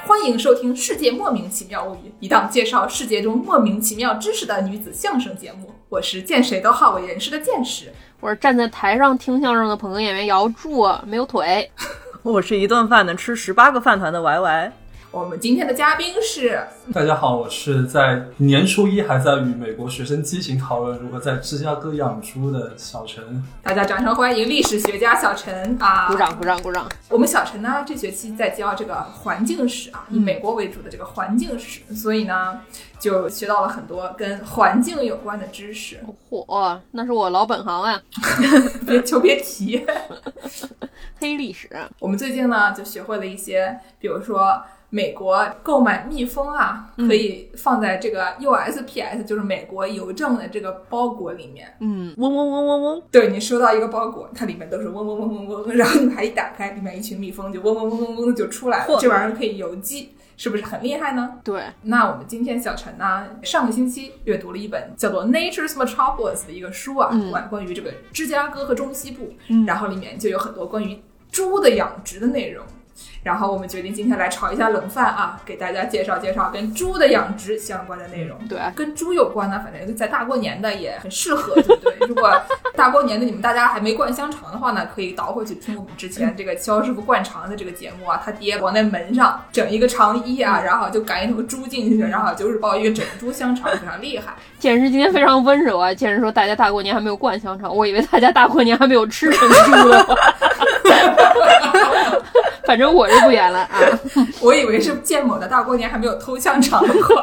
欢迎收听《世界莫名其妙物语》，一档介绍世界中莫名其妙知识的女子相声节目。我是见谁都好为人师的见识， 我是站在台上听相声的捧哏演员姚柱，没有腿。 我是一顿饭能吃18个饭团的 YY。 我们今天的嘉宾是， 大家好，我是在年初一还在与美国学生激情讨论如何在芝加哥养猪的小陈。 大家掌声欢迎历史学家小陈啊！ 鼓掌鼓掌鼓掌！ 我们小陈呢，这学期在教这个环境史啊，以美国为主的这个环境史，所以呢，就学到了很多跟环境有关的知识。 嚯，那是我老本行啊！ 别提黑历史。 我们最近呢，就学会了一些，比如说美国购买蜜蜂啊，可以放在这个 USPS， 就是美国邮政的这个包裹里面。 嗡嗡嗡嗡嗡。 对，你收到一个包裹，它里面都是嗡嗡嗡嗡嗡，然后你还一打开，里面一群蜜蜂就嗡嗡嗡嗡嗡就出来了。这玩意儿可以邮寄，是不是很厉害呢？ 对。 那我们今天小陈呢，上个星期阅读了一本叫做《Nature's Metropolis》的一个书啊，关于这个芝加哥和中西部，然后里面就有很多关于猪的养殖的内容。然后我们决定今天来炒一下冷饭啊，给大家介绍介绍跟猪的养殖相关的内容。 对， 跟猪有关呢，反正在大过年的也很适合，对不对？如果大过年的你们大家还没灌香肠的话呢，可以倒回去听我们之前这个肖师傅灌肠的这个节目啊，他爹往那门上整一个长衣啊，然后就赶一头猪进去，然后就是爆一个整猪香肠，非常厉害。 剑师今天非常温柔啊，剑师说大家大过年还没有灌香肠，我以为大家大过年还没有吃成猪的话。反正我是不演了啊， 我以为是建某的大过年还没有偷香肠的话。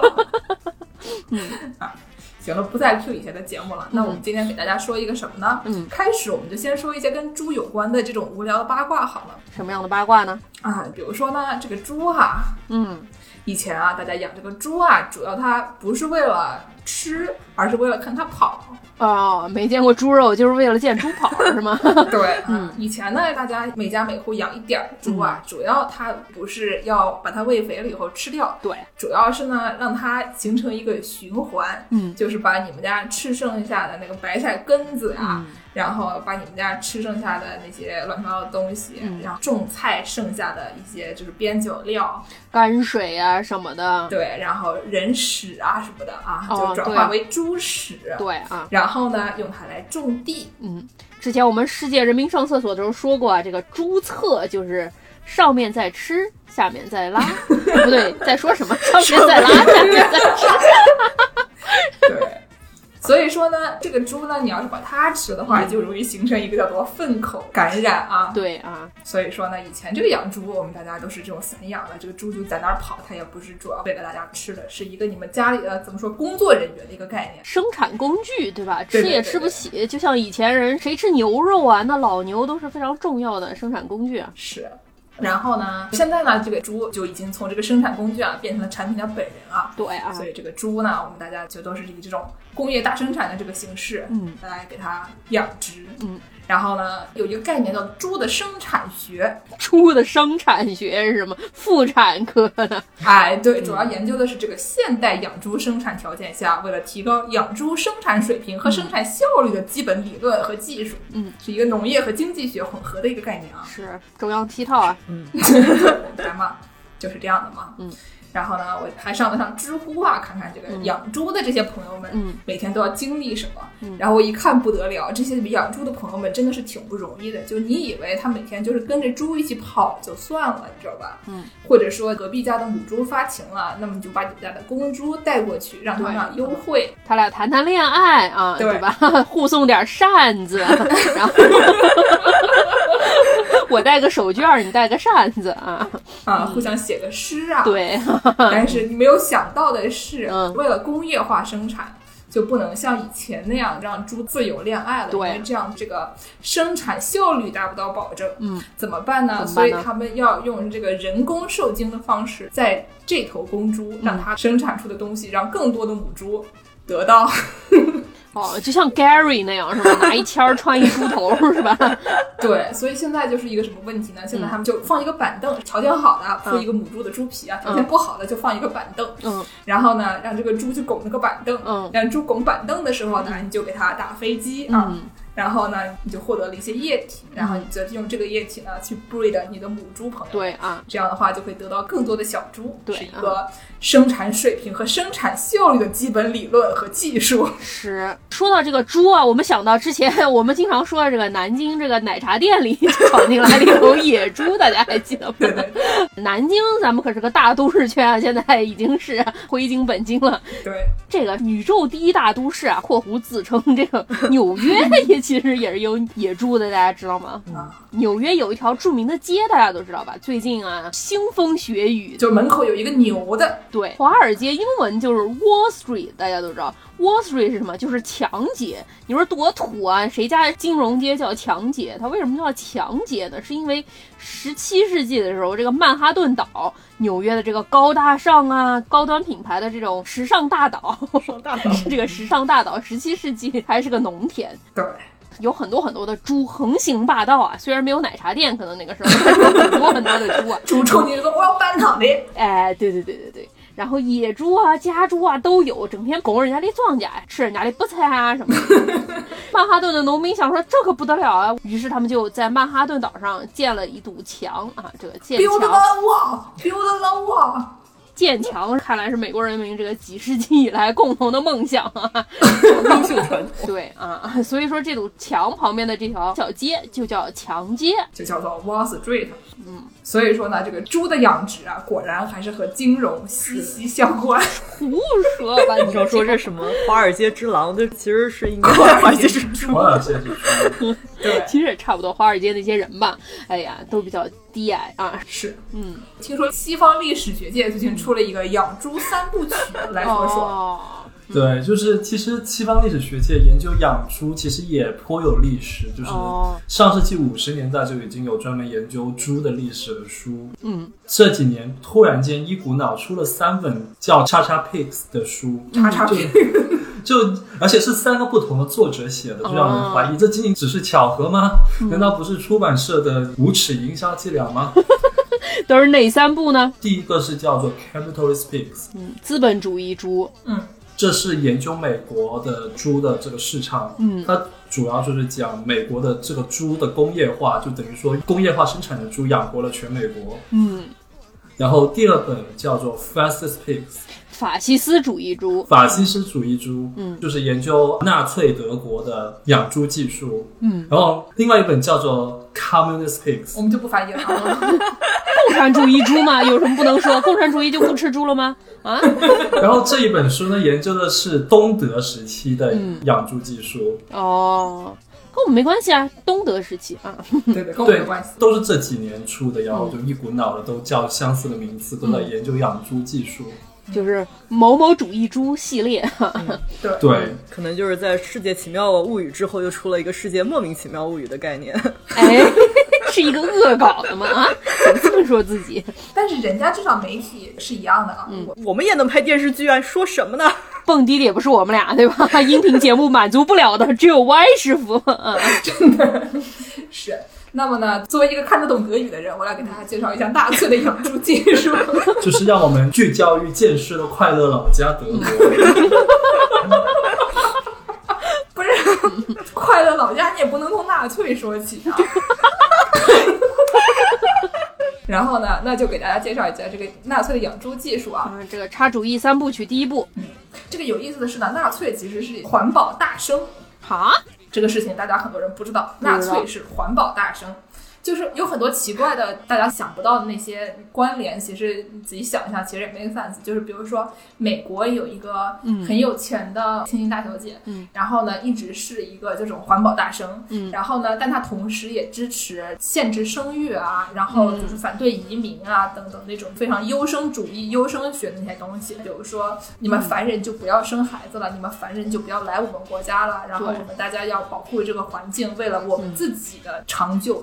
行了，不再 Q 以前的节目了。那我们今天给大家说一个什么呢？开始我们就先说一些跟猪有关的这种无聊的八卦好了。 什么样的八卦呢？ 啊，比如说呢，这个猪哈，以前啊，大家养这个猪啊，主要它不是为了吃，而是为了看它跑。 哦，没见过猪肉就是为了见猪跑是吗？ 对，以前呢，大家每家每户养一点猪啊，主要它不是要把它喂肥了以后吃掉， 对， 主要是呢让它形成一个循环，就是把你们家吃剩下的那个白菜根子啊，然后把你们家吃剩下的那些乱七八糟的东西，然后种菜剩下的一些就是边角料、 泔水啊什么的， 对，然后人屎啊什么的啊，就转化为猪屎， 对啊， 然后呢用它来种地。 之前我们世界人民上厕所的时候说过啊，这个猪厕就是上面在吃，下面在拉，不对，在说什么？上面在拉，下面在吃。 对。所以说呢，这个猪呢，你要是把它吃的话，就容易形成一个叫做粪口感染啊。 对啊， 所以说呢，以前这个养猪，我们大家都是这种散养的，这个猪就在那儿跑，它也不是主要为了大家吃的，是一个你们家里的怎么说工作人员的一个概念， 生产工具，对吧？ 对对对对， 吃也吃不起，就像以前人谁吃牛肉啊，那老牛都是非常重要的生产工具啊。 是。然后呢，现在呢，这个猪就已经从这个生产工具啊，变成了产品的本人啊。 对啊， 所以这个猪呢，我们大家就都是以这种工业大生产的这个形式，来给它养殖。然后呢，有一个概念叫猪的生产学。 猪的生产学是什么？妇产科的。 哎，对，主要研究的是这个现代养猪生产条件下，为了提高养猪生产水平和生产效率的基本理论和技术。是一个农业和经济学混合的一个概念啊。 是中央七套啊。 来嘛，就是这样的嘛。然后呢，我还上了上知乎啊，看看这个养猪的这些朋友们，每天都要经历什么。然后我一看不得了，这些养猪的朋友们真的是挺不容易的。就你以为他每天就是跟着猪一起跑就算了，你知道吧？或者说隔壁家的母猪发情了，那么你就把你们家的公猪带过去，让他们优惠， 他俩谈谈恋爱啊，对吧？互送点扇子，然后我带个手绢，你带个扇子啊， 互相写个诗啊。 对。 但是你没有想到的是，为了工业化生产，就不能像以前那样让猪自由恋爱了，因为这样这个生产效率达不到保证。怎么办呢？所以他们要用这个人工受精的方式，在这头公猪让它生产出的东西，让更多的母猪得到。 就像 Gary 那样是吧？拿一签穿一猪头是吧？ 对，所以现在就是一个什么问题呢？现在他们就放一个板凳，条件好的铺一个母猪的猪皮啊，条件不好的就放一个板凳，然后呢，让这个猪去拱那个板凳，让猪拱板凳的时候呢，你就给它打飞机啊。 然后呢，你就获得了一些液体，然后你就用这个液体呢去 breed 你的母猪朋友。 对啊， 这样的话就会得到更多的小猪。 对， 是一个生产水平和生产效率的基本理论和技术。 是说到这个猪啊，我们想到之前我们经常说的这个南京这个奶茶店里闯进来了一头野猪，大家还记得吗？ 对对对， 南京咱们可是个大都市圈啊，现在已经是回京本京了。 对， 这个宇宙第一大都市啊，括弧自称这个纽约也其实也是有野猪的，大家知道吗？纽约有一条著名的街，大家都知道吧？最近啊，腥风血雨， 就门口有一个牛的。 对，华尔街英文就是 Wall Street， 大家都知道。Wall Street 是什么？就是强街。你说多土啊？谁家金融街叫强街？它为什么叫强街呢？是因为17世纪的时候，这个曼哈顿岛，纽约的这个高大上啊、高端品牌的这种时尚大岛，是这个时尚大岛，17世纪还是个农田。 对。 有很多很多的猪横行霸道啊，虽然没有奶茶店，可能那个时候但是有很多很多的猪啊， 猪冲你说我要搬躺的。 哎，对，然后野猪啊、家猪啊都有，整天拱人家的庄稼，吃人家的菠菜啊什么的。曼哈顿的农民想说这可不得了啊，于是他们就在曼哈顿岛上建了一堵墙啊，这个建墙。 Build the wall。 建墙看来是美国人民这个几世纪以来共同的梦想啊， 优秀传统。 对啊，所以说这堵墙旁边的这条小街就叫墙街， 就叫做 Wall Street。所以说呢，这个猪的养殖啊，果然还是和金融息息相关。 胡说吧！ 你要说这什么华尔街之狼，这其实是应该华尔街之猪。 华尔街之猪。 对， 其实也差不多。华尔街那些人吧，哎呀，都比较低矮啊。 是，听说西方历史学界最近出了一个养猪3部曲，来说说。 对，就是其实西方历史学界研究养猪其实也颇有历史，就是上世纪50年代就已经有专门研究猪的历史的书。这几年突然间一股脑出了3本叫叉叉 Pigs 的书， 叉叉 Pigs 就而且是3个不同的作者写的，就让人怀疑这仅仅只是巧合吗？难道不是出版社的无耻营销伎俩吗？ 都是哪3部呢？ 第一个是叫做 Capitalist Pigs， 资本主义猪。 这是研究美国的猪的这个市场，它主要就是讲美国的这个猪的工业化，就等于说工业化生产的猪养活了全美国。然后第2本叫做 Fascist Pigs， 法西斯主义猪， 法西斯主义猪，就是研究纳粹德国的养猪技术。然后另外一本叫做 Communist Pigs， 我们就不翻译了。 共产主义猪嘛，有什么不能说？共产主义就不吃猪了吗？啊？ 然后这一本书呢，研究的是东德时期的养猪技术。 哦，跟我们没关系啊，东德时期啊。 对，跟我们没关系。 都是这几年出的，然后就一股脑的都叫相似的名字，都在研究养猪技术。 就是某某主义猪系列。 对， 可能就是在世界奇妙物语之后又出了一个世界莫名其妙物语的概念。 哎，是一个恶搞的吗？啊，怎么这么说自己？ 但是人家至少媒体是一样的啊。 我们也能拍电视剧啊，说什么呢？ 蹦迪的也不是我们俩，对吧？音频节目满足不了的只有 Y 师傅。 真的是。那么呢，作为一个看得懂德语的人，我来给大家介绍一下纳粹的养猪技术， 就是让我们聚焦于建设的快乐老家德国。 不是快乐老家，你也不能从纳粹说起啊。然后呢，那就给大家介绍一下这个纳粹的养猪技术啊。 这个插主义3部曲第1部。 这个有意思的是呢，纳粹其实是环保大生。 哈？ 这个事情大家很多人不知道，纳粹是环保大生。就是有很多奇怪的大家想不到的那些关联，其实你自己想一下其实也 make sense。就是比如说美国有一个很有钱的千金大小姐，然后呢一直是一个这种环保大生，然后呢但她同时也支持限制生育啊，然后就是反对移民啊等等那种非常优生主义优生学的那些东西。比如说你们凡人就不要生孩子了，你们凡人就不要来我们国家了，然后我们大家要保护这个环境，为了我们自己的长久的这个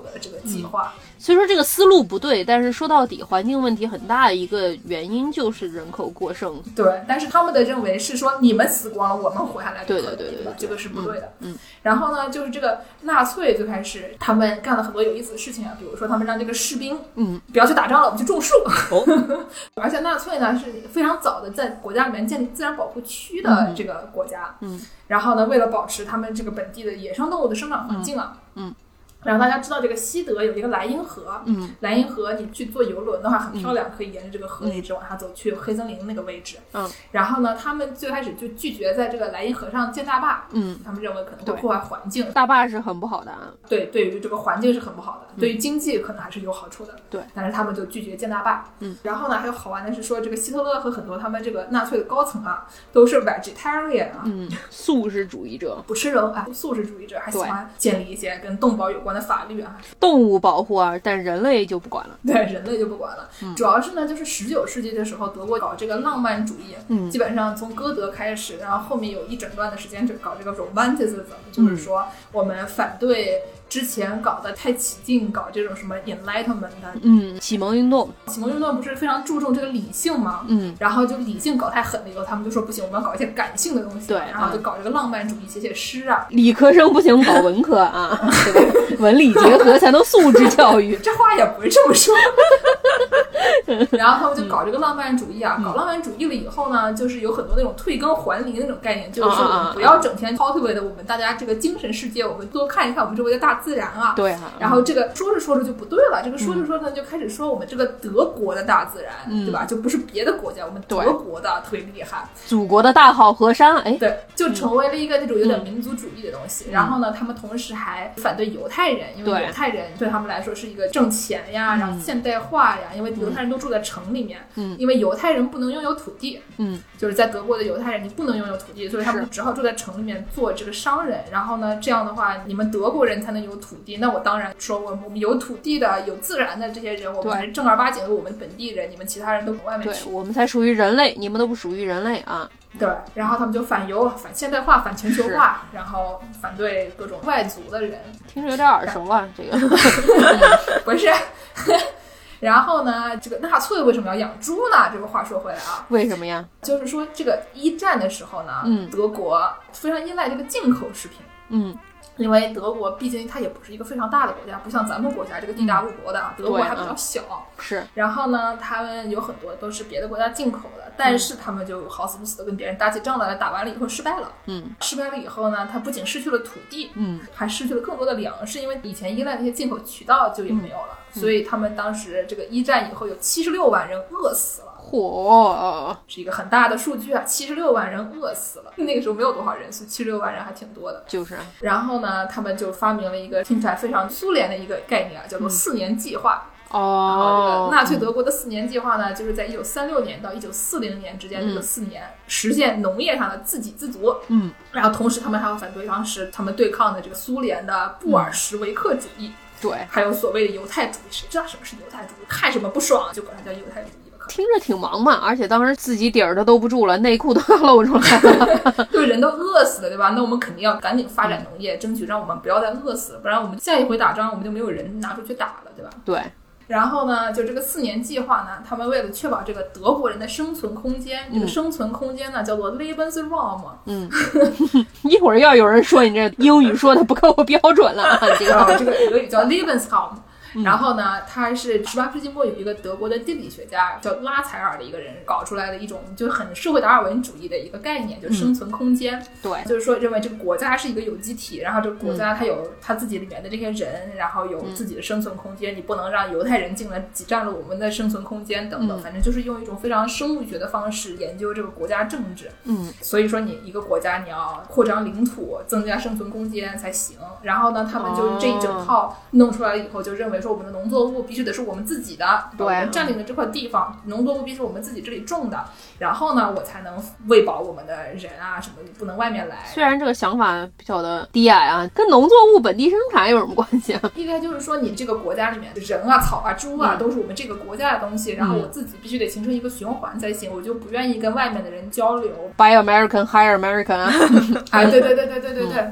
计划。 所以说这个思路不对，但是说到底环境问题很大的一个原因就是人口过剩。 对，但是他们的认为是说你们死光了，我们活下来， 对， 这个是不对的。然后呢，就是这个纳粹最开始他们干了很多有意思的事情啊，比如说他们让这个士兵不要去打仗了，我们去种树。而且纳粹呢是非常早的在国家里面建立自然保护区的这个国家。然后呢，为了保持他们这个本地的野生动物的生长环境啊。然后大家知道这个西德有一个莱茵河，莱茵河你去坐游轮的话很漂亮，可以沿着这个河一直往下走去黑森林那个位置。然后呢，他们最开始就拒绝在这个莱茵河上建大坝，他们认为可能会破坏环境。 大坝是很不好的啊。 对，对于这个环境是很不好的，对于经济可能还是有好处的。 对， 但是他们就拒绝建大坝。然后呢，还有好玩的是说，这个希特勒和很多他们这个纳粹的高层啊，都是 vegetarian 啊， 素食主义者， 不吃肉啊，素食主义者，还喜欢建立一些跟动保有关的法律啊。 动物保护啊，但人类就不管了。 对，人类就不管了。主要是呢，就是19世纪的时候，德国搞这个浪漫主义，基本上从歌德开始，然后后面有一整段的时间就搞这个 romanticism，就是说我们反对之前搞得太起劲，搞这种什么 enlightenment， 启蒙运动。 启蒙运动不是非常注重这个理性吗？然后就理性搞太狠了以后，他们就说不行，我们要搞一些感性的东西。 对， 然后就搞这个浪漫主义，写写诗啊。 理科生不行，搞文科啊，对吧？文理结合才能素质教育。 这话也不是这么说。然后他们就搞这个浪漫主义啊，搞浪漫主义了以后呢，就是有很多那种退耕还林的那种概念，就是说我们不要整天 cultivate 我们大家这个精神世界，我们多看一看我们周围的大自然啊。 对啊。 然后这个说着说着就不对了，这个说着说着就开始说我们这个德国的大自然，对吧？就不是别的国家，我们德国的特别厉害， 祖国的大好河山，哎， 对，就成为了一个那种有点民族主义的东西。然后呢，他们同时还反对犹太人，因为犹太人对他们来说是一个挣钱呀，然后现代化呀，因为犹太人都住在城里面，因为犹太人不能拥有土地，就是在德国的犹太人你不能拥有土地，所以他们只好住在城里面做这个商人。然后呢，这样的话你们德国人才能有土地，那我当然说我们有土地的有自然的这些人，我们还是正儿八经的我们本地人，你们其他人都往外面去， 对，我们才属于人类，你们都不属于人类啊。 对，然后他们就反犹、反现代化、反全球化，然后反对各种外族的人。 听着有点耳熟啊，这个不是。然后呢，这个纳粹为什么要养猪呢？这个话说回来啊， 为什么呀？ 就是说这个一战的时候呢，德国非常依赖这个进口食品。因为德国毕竟它也不是一个非常大的国家，不像咱们国家这个地大物博的，德国还比较小。 是。 然后呢，他们有很多都是别的国家进口的，但是他们就好死不死的跟别人打起仗来，打完了以后失败了。失败了以后呢，他不仅失去了土地，还失去了更多的粮食，因为以前依赖那些进口渠道就也没有了，所以他们当时这个一战以后有76万人饿死了。 嚯， 是一个很大的数据啊！76万人饿死了，那个时候没有多少人，所以76万人还挺多的。 就是。 然后呢，他们就发明了一个听起来非常苏联的一个概念啊，叫做4年计划。然后这个纳粹德国的4年计划呢，就是在1936年到1940年之间这个4年，实现农业上的自给自足。然后同时他们还要反对当时他们对抗的这个苏联的布尔什维克主义。 对， 还有所谓的犹太主义，谁知道什么是犹太主义？看什么不爽就管它叫犹太主义。 听着挺忙嘛，而且当时自己底儿都兜不住了，内裤都要露出来了。 对，人都饿死了，对吧？那我们肯定要赶紧发展农业，争取让我们不要再饿死了，不然我们下一回打仗我们就没有人拿出去打了，对吧？ 对。 然后呢，就这个4年计划呢，他们为了确保这个德国人的生存空间，这个生存空间呢叫做 Lebensraum。 一会儿要有人说你这英语说的不够标准了啊，这个德语叫 Lebensraum。然后呢，他是18世纪末有一个德国的地理学家叫拉采尔的一个人搞出来的一种就很社会达尔文主义的一个概念，就是生存空间。 对， 就是说认为这个国家是一个有机体，然后这个国家它有它自己里面的这些人，然后有自己的生存空间，你不能让犹太人进来挤占了我们的生存空间等等，反正就是用一种非常生物学的方式研究这个国家政治。所以说你一个国家你要扩张领土，增加生存空间才行。然后呢，他们就这一整套弄出来了以后，就认为说我们的农作物必须得是我们自己的， 对， 我们占领的这块地方，农作物必须是我们自己这里种的，然后呢，我才能喂饱我们的人啊什么，你不能外面来。 虽然这个想法比较的低矮啊，跟农作物本地生产有什么关系啊？ 应该就是说，你这个国家里面人啊、草啊、猪啊，都是我们这个国家的东西，然后我自己必须得形成一个循环才行，我就不愿意跟外面的人交流。 Buy American, hire American 啊！ 哎，对。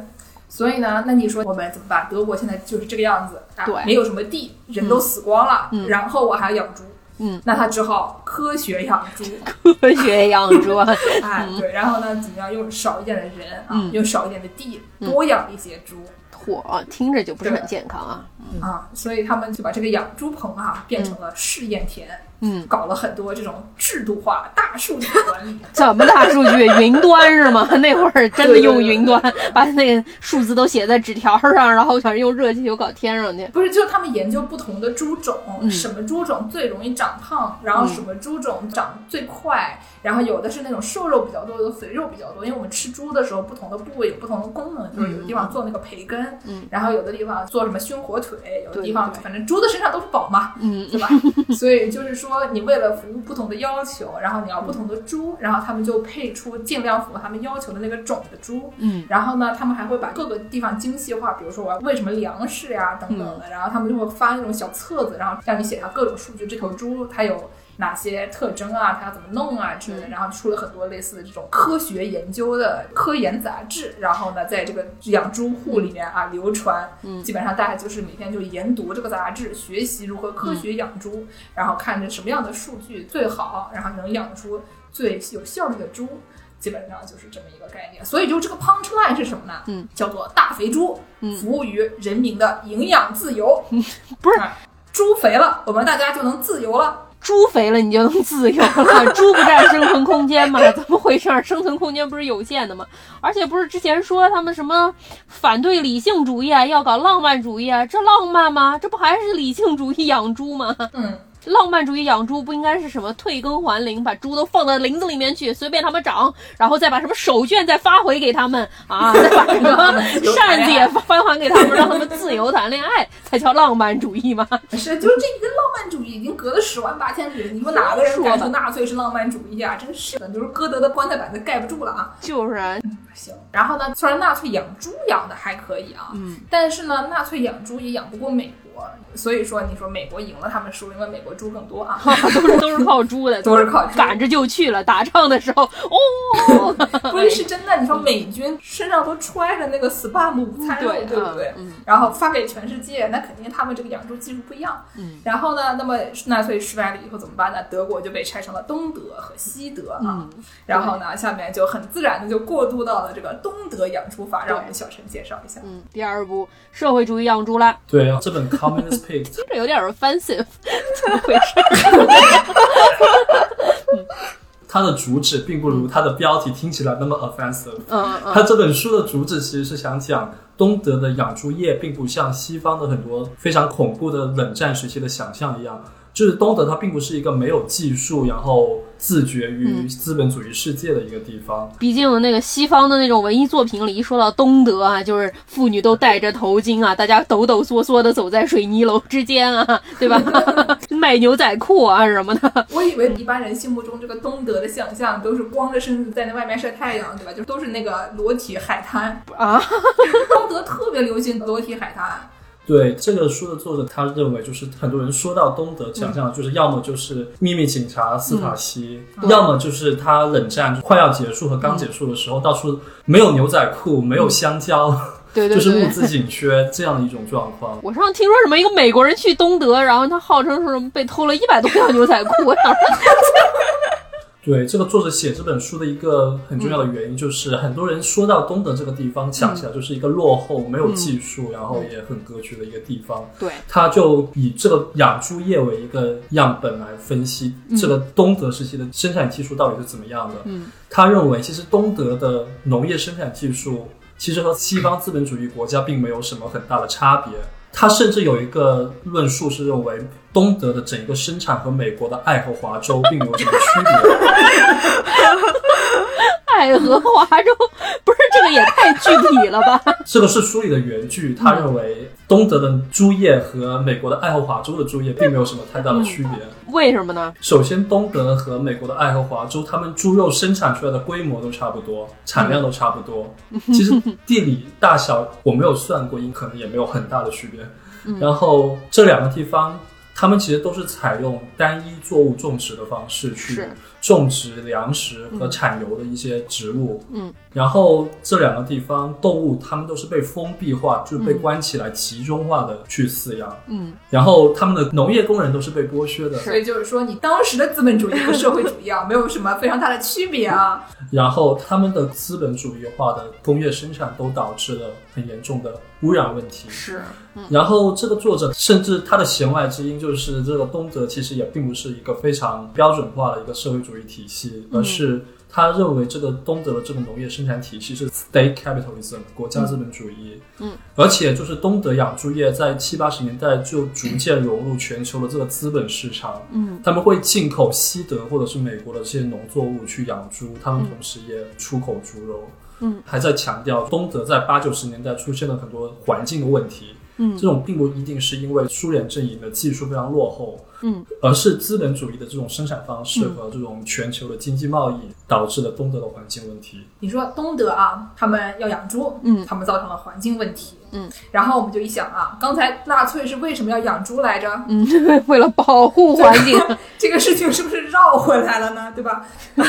所以呢，那你说我们怎么办？德国现在就是这个样子啊， 对， 没有什么地，人都死光了，然后我还要养猪。那他只好科学养猪， 科学养猪， 哎，对，然后呢，怎么样用少一点的人啊，用少一点的地，多养一些猪。 嚯，听着就不是很健康啊！ 所以他们就把这个养猪棚变成了试验田，搞了很多这种制度化、大数据管理。 怎么大数据？云端是吗？那会儿真的用云端，把那个数字都写在纸条上，然后想用热气球搞天上去。 不是，就是他们研究不同的猪种，什么猪种最容易长胖，然后什么猪种长最快，然后有的是那种瘦肉比较多，有的肥肉比较多。因为我们吃猪的时候，不同的部位有不同的功能，就是有的地方做那个培根，然后有的地方做什么胸火腿，有的地方反正猪的身上都是宝嘛，对吧？所以就是说，你为了服务不同的要求，然后你要不同的猪，然后他们就配出尽量符合他们要求的那个种的猪，然后呢，他们还会把各个地方精细化，比如说我要喂什么粮食呀等等的，然后他们就会发那种小册子，然后让你写下各种数据，这头猪它有哪些特征啊，它要怎么弄啊之类的，然后出了很多类似的这种科学研究的科研杂志，然后呢，在这个养猪户里面流传，基本上大家就是每天就研读这个杂志，学习如何科学养猪，然后看着什么样的数据最好，然后能养出最有效率的猪。基本上就是这么一个概念，所以就这个 punchline 是什么呢？叫做大肥猪，服务于人民的营养自由。 不是， 猪肥了，我们大家就能自由了。 猪肥了你就能自由了，猪不占生存空间吗？怎么回事？生存空间不是有限的吗？而且不是之前说他们什么反对理性主义啊，要搞浪漫主义啊，这浪漫吗？这不还是理性主义养猪吗？浪漫主义养猪不应该是什么退耕还林，把猪都放到林子里面去，随便他们长，然后再把什么手绢再发回给他们啊，再把什么扇子也翻还给他们，让他们自由谈恋爱，才叫浪漫主义吗？ 是，就这一个浪漫主义已经隔了10万8千里了，你说哪个人敢说纳粹是浪漫主义啊？真是的，就是歌德的棺材板子盖不住了啊！ 就是啊， 行。然后呢，虽然纳粹养猪养的还可以啊，但是呢，纳粹养猪也养不过美国，所以说你说美国赢了，他们输了，因为美国猪更多啊， 都是靠猪的， 都是靠猪， 赶着就去了，打仗的时候不是真的，你说美军身上都揣着那个 SPAM 午餐肉，对不对？然后发给全世界，那肯定他们这个养猪技术不一样。然后呢，那么纳粹失败了以后怎么办呢？德国就被拆成了东德和西德啊。然后呢，下面就很自然的就过渡到了这个东德养猪法，让我们小陈介绍一下。 第二步，社会主义养猪啦。 对啊，这本 Communist Pig 听着有点 offensive， 怎么回事？ 它的主旨并不如它的标题听起来那么 offensive。它这本书的主旨其实是想讲东德的养猪业并不像西方的很多非常恐怖的冷战时期的想象一样，就是东德它并不是一个没有技术然后自绝于资本主义世界的一个地方。 毕竟那个西方的那种文艺作品里一说到东德啊，就是妇女都戴着头巾啊，大家抖抖嗦嗦的走在水泥楼之间啊，对吧？卖牛仔裤啊什么的。 我以为一般人心目中这个东德的想象都是光着身子在那外面晒太阳，对吧？就都是那个裸体海滩啊。东德特别流行裸体海滩。 对，这个书的作者他认为就是很多人说到东德想象的就是要么就是秘密警察斯塔西，要么就是他冷战快要结束和刚结束的时候到处没有牛仔裤没有香蕉， 对， 就是物资紧缺这样的一种状况。 我上听说什么一个美国人去东德，然后他号称是被偷了100多条牛仔裤。 对，这个作者写这本书的一个很重要的原因就是很多人说到东德这个地方想起来就是一个落后没有技术然后也很割据的一个地方。 对， 他就以这个养猪业为一个样本来分析这个东德时期的生产技术到底是怎么样的。他认为其实东德的农业生产技术其实和西方资本主义国家并没有什么很大的差别。他甚至有一个论述是认为东德的整个生产和美国的爱荷华州并没有什么区别。 爱荷华州不是这个也太具体了吧？ 这个是书里的原句，他认为东德的猪业和美国的爱荷华州的猪业并没有什么太大的区别。 为什么呢？ 首先东德和美国的爱荷华州他们猪肉生产出来的规模都差不多，产量都差不多，其实地理大小我没有算过，可能也没有很大的区别。然后这两个地方他们其实都是采用单一作物种植的方式去种植粮食和产油的一些植物。然后这两个地方动物他们都是被封闭化，就是被关起来集中化的去饲养。然后他们的农业工人都是被剥削的。 所以就是说你当时的资本主义和社会主义啊没有什么非常大的区别啊。 然后他们的资本主义化的工业生产都导致了很严重的污染问题。 是。 然后这个作者甚至他的弦外之音就是这个东德其实也并不是一个非常标准化的一个社会主义体系，而是他认为这个东德的这个农业生产体系是 state capitalism 国家资本主义。而且就是东德养猪业在70、80年代就逐渐融入全球的这个资本市场。他们会进口西德或者是美国的这些农作物去养猪，他们同时也出口猪肉。还在强调东德在80、90年代出现了很多环境的问题。这种并不一定是因为苏联阵营的技术非常落后，而是资本主义的这种生产方式和这种全球的经济贸易导致了东德的环境问题。 你说东德啊，他们要养猪，他们造成了环境问题，然后我们就一想啊，刚才纳粹是为什么要养猪来着？ 为了保护环境。 这个事情是不是绕回来了呢？对吧？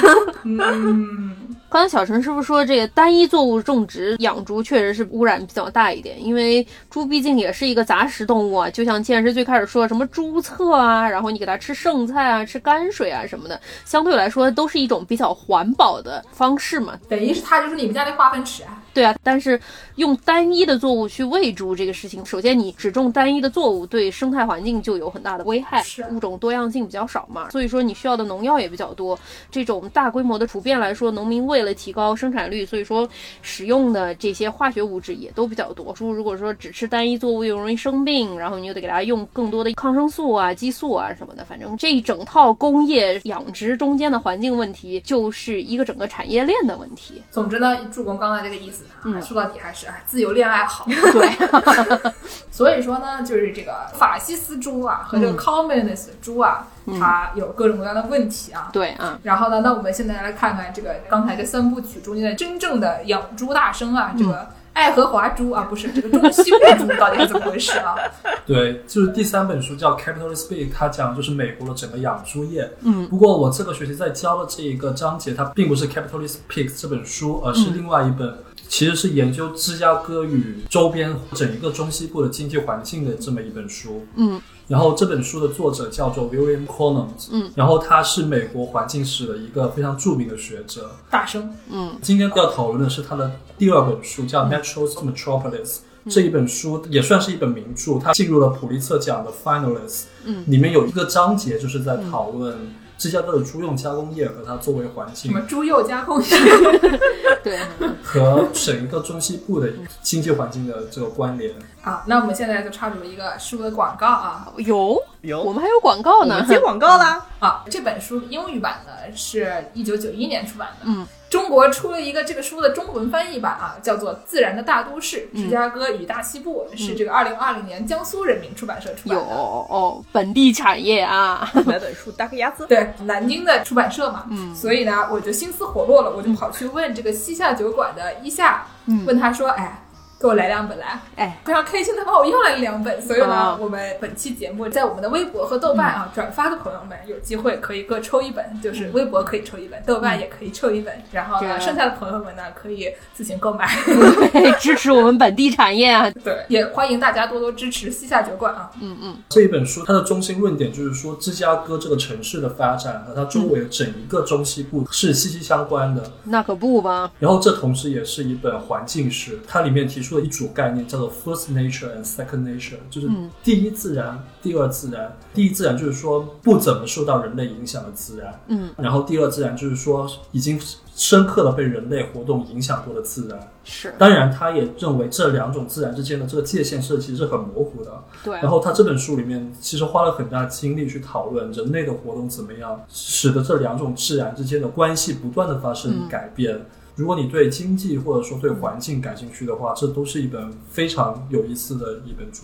刚才小陈师傅说这个单一作物种植养猪确实是污染比较大一点，因为猪毕竟也是一个杂食动物啊，就像建师最开始说什么猪册啊，然后你给它吃剩菜啊，吃泔水啊什么的，相对来说都是一种比较环保的方式嘛。 等于是他就是你们家那化粪池啊。 对啊，但是用单一的作物去喂猪这个事情，首先你只种单一的作物对生态环境就有很大的危害，物种多样性比较少嘛，所以说你需要的农药也比较多。这种大规模的普遍来说，农民为了提高生产率，所以说使用的这些化学物质也都比较多。猪如果说只吃单一作物又容易生病，然后你又得给它用更多的抗生素啊、激素啊什么的，反正这一整套工业养殖中间的环境问题就是一个整个产业链的问题。 总之呢，助攻刚才这个意思说到底还是自由恋爱好。 对。 所以说呢，就是这个法西斯猪啊和这个 communist 猪啊，它有各种各样的问题啊。 对啊。 然后呢，那我们现在来看看这个刚才这3部曲中间的真正的养猪大生啊，这个爱荷华猪啊，不是这个中西部猪到底是怎么回事啊？ 对，就是第3本书叫 Capitalist Pig， 它讲的就是美国的整个养猪业。不过我这个学期在教的这一个章节，它并不是 Capitalist Pig 这本书，而是另外一本。其实是研究芝加哥与周边整一个中西部的经济环境的这么一本书。然后这本书的作者叫做 William Conant，然后他是美国环境史的一个非常著名的学者大生。 今天要讨论的是他的第2本书叫 Natural Metropolis，这一本书也算是一本名著，它进入了普利策奖的 finalist。里面有一个章节就是在讨论芝加哥的猪肉加工业和它作为环境， 什么猪肉加工业对， 和整个中西部的经济环境的这个关联啊。那我们现在就插入一个书的广告啊。 有，我们还有广告呢， 我们接广告啦啊！这本书英语版的是1991年出版的，中国出了一个这个书的中文翻译版啊，叫做《自然的大都市：芝加哥与大西部》，是这个2020年江苏人民出版社出版的。 有本地产业啊， 买本书搭个鸭子。 对，南京的出版社嘛，所以呢，我就心思活络了，我就跑去问这个西夏酒馆的一夏，问他说，哎，给我来2本来，非常开心的帮我要来了2本，所以呢，我们本期节目在我们的微博和豆瓣啊转发的朋友们有机会可以各抽1本，就是微博可以抽1本，豆瓣也可以抽1本，然后呢，剩下的朋友们呢可以自行购买， 支持我们本地产业啊！ 对，也欢迎大家多多支持西夏酒馆啊！ 这一本书它的中心论点就是说，芝加哥这个城市的发展和它周围的整一个中西部是息息相关的。 那可不吧？ 然后这同时也是一本环境史，它里面提出了一组概念，叫做 First Nature and Second Nature， 就是第一自然、第二自然。第一自然就是说不怎么受到人类影响的自然，然后第二自然就是说已经深刻的被人类活动影响过的自然。 是， 当然他也认为这2种自然之间的这个界限是其实是很模糊的。 对。 然后他这本书里面其实花了很大精力去讨论人类的活动怎么样使得这2种自然之间的关系不断的发生改变。如果你对经济或者说对环境感兴趣的话，这都是一本非常有意思的一本著作。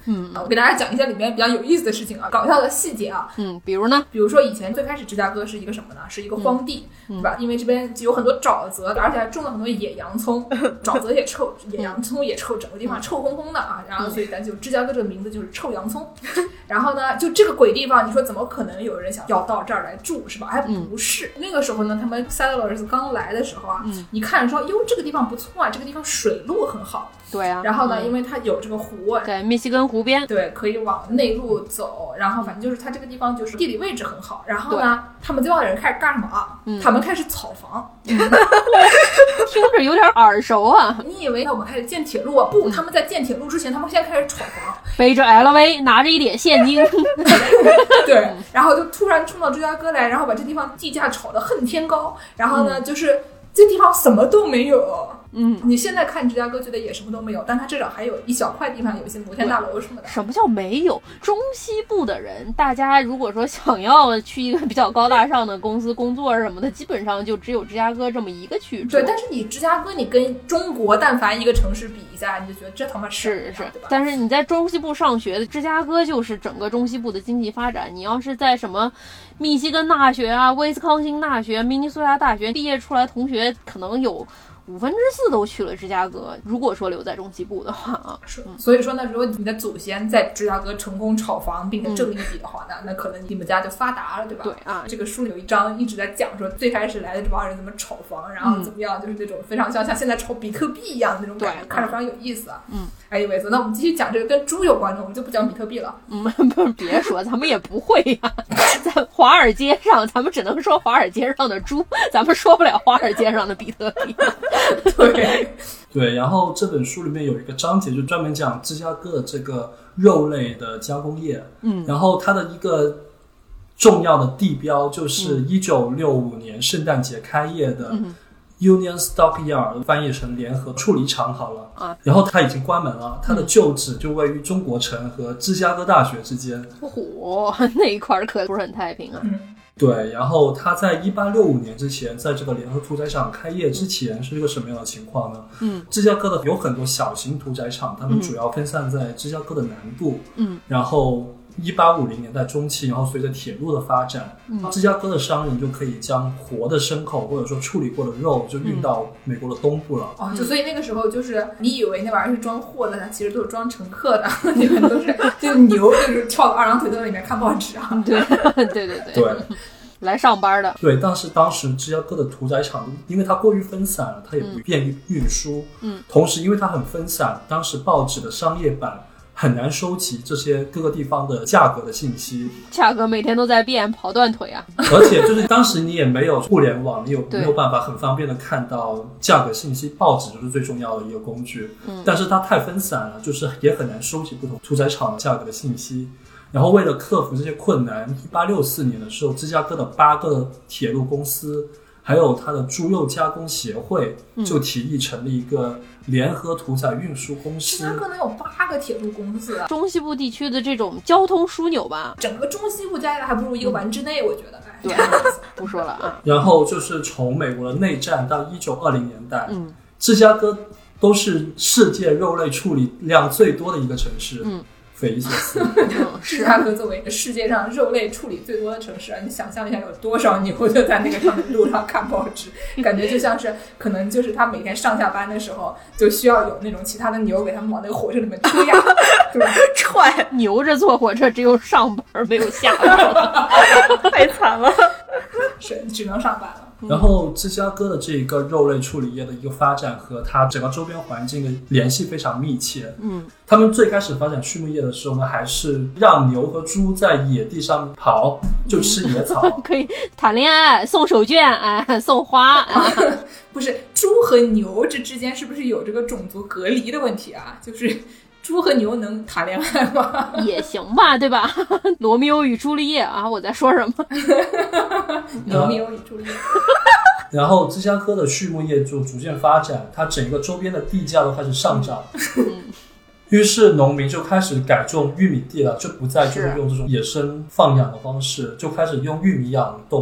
我给大家讲一下里面比较有意思的事情啊，搞笑的细节啊。 比如呢？ 比如说以前最开始芝加哥是一个什么呢？是一个荒地，对吧？因为这边有很多沼泽，而且还种了很多野洋葱，沼泽也臭，野洋葱也臭，整个地方臭烘烘的啊。然后所以咱就芝加哥这个名字就是臭洋葱。然后呢，就这个鬼地方，你说怎么可能有人想要到这儿来住，是吧？还不是。那个时候呢，他们 settlers 刚来的时候啊，你看说，哟，这个地方不错啊，这个地方水路很好。 对啊。 然后呢，因为它有这个湖， 对，密西根湖边， 对，可以往内陆走。然后反正就是它这个地方就是地理位置很好。然后呢，他们这帮人开始干什么啊？他们开始草房。 听着有点耳熟啊。 你以为我们开始建铁路啊？不，他们在建铁路之前，他们现在开始炒房， 背着 LV， 拿着一点现金。 对，然后就突然冲到芝加哥来，然后把这地方地价炒得恨天高。然后呢，就是这地方什么都没有。你现在看芝加哥觉得也什么都没有，但它至少还有一小块地方有一些摩天大楼什么的。 什么叫没有？中西部的人，大家如果说想要去一个比较高大上的公司工作什么的，基本上就只有芝加哥这么一个区域。 对，但是你芝加哥，你跟中国但凡一个城市比一下，你就觉得这他妈是， 对吧？ 但是你在中西部上学的芝加哥就是整个中西部的经济发展。你要是在什么密西根大学啊、威斯康星大学、明尼苏达大学毕业出来同学，可能有4%都去了芝加哥。如果说留在中西部的话啊， 所以说呢，如果你的祖先在芝加哥成功炒房并且挣一笔的话呢，那可能你们家就发达了，对吧？ 对啊， 这个书里有一章一直在讲说，最开始来的这帮人怎么炒房，然后怎么样，就是那种非常像现在炒比特币一样的那种感觉，看着非常有意思啊。anyways， 那我们继续讲这个跟猪有关的，我们就不讲比特币了。 不是，别说，咱们也不会呀。在华尔街上，咱们只能说华尔街上的猪，咱们说不了华尔街上的比特币。 对， 然后这本书里面有一个章节就专门讲芝加哥的这个肉类的加工业，然后它的一个重要的地标就是1965年圣诞节开业的Union Stockyard， 翻译成联合处理厂好了啊。然后它已经关门了，它的旧址就位于中国城和芝加哥大学之间。 那一块可不是很太平啊。 对，然后它在1865年之前，在这个联合屠宰场开业之前是一个什么样的情况呢？芝加哥的有很多小型屠宰场，他们主要分散在芝加哥的南部。然后1850年代中期，然后随着铁路的发展，芝加哥的商人就可以将活的牲口或者说处理过的肉就运到美国的东部了。 就所以那个时候就是你以为那玩意儿是装货的，它其实都是装乘客的，你们都是就牛就是跳到2郎腿都在里面看报纸啊。 对，来上班的。 对，但是当时芝加哥的屠宰场因为它过于分散了，它也不便于运输。同时因为它很分散，当时报纸的商业版很难收集这些各个地方的价格的信息， 价格每天都在变，跑断腿啊！ 而且就是当时你也没有互联网，你没有办法很方便的看到价格信息，报纸就是最重要的一个工具。但是它太分散了，就是也很难收集不同屠宰场价格的信息。然后为了克服这些困难，1864年的时候，芝加哥的8个铁路公司还有它的猪肉加工协会就提议成立一个联合屠宰运输公司。 芝加哥能有8个铁路公司啊！ 中西部地区的这种交通枢纽吧， 整个中西部加起来还不如一个丸之内，我觉得。 对，不说了啊。 然后就是从美国的内战到1920年代，芝加哥都是世界肉类处理量最多的一个城市。匪夷所思。 芝加哥作为世界上肉类处理最多的城市啊，你想象一下有多少牛就在那个上面路上看报纸，感觉就像是可能就是他每天上下班的时候就需要有那种其他的牛给他们往那个火车里面推呀，对吧？ 踹牛着坐火车，只有上班没有下班，太惨了， 是只能上班了。 然后芝加哥的这个肉类处理业的一个发展和它整个周边环境的联系非常密切。他们最开始发展畜牧业的时候呢，还是让牛和猪在野地上跑，就吃野草， 可以谈恋爱、送手绢、送花。 不是，猪和牛这之间是不是有这个种族隔离的问题啊？就是猪和牛能谈恋爱吗？ 也行吧，对吧？罗密欧与朱丽叶啊，我在说什么？ 罗密欧与朱丽叶。 然后芝加哥的畜牧业就逐渐发展，它整个周边的地价都开始上涨。于是农民就开始改种玉米地了，就不再就是用这种野生放养的方式，就开始用玉米养动物。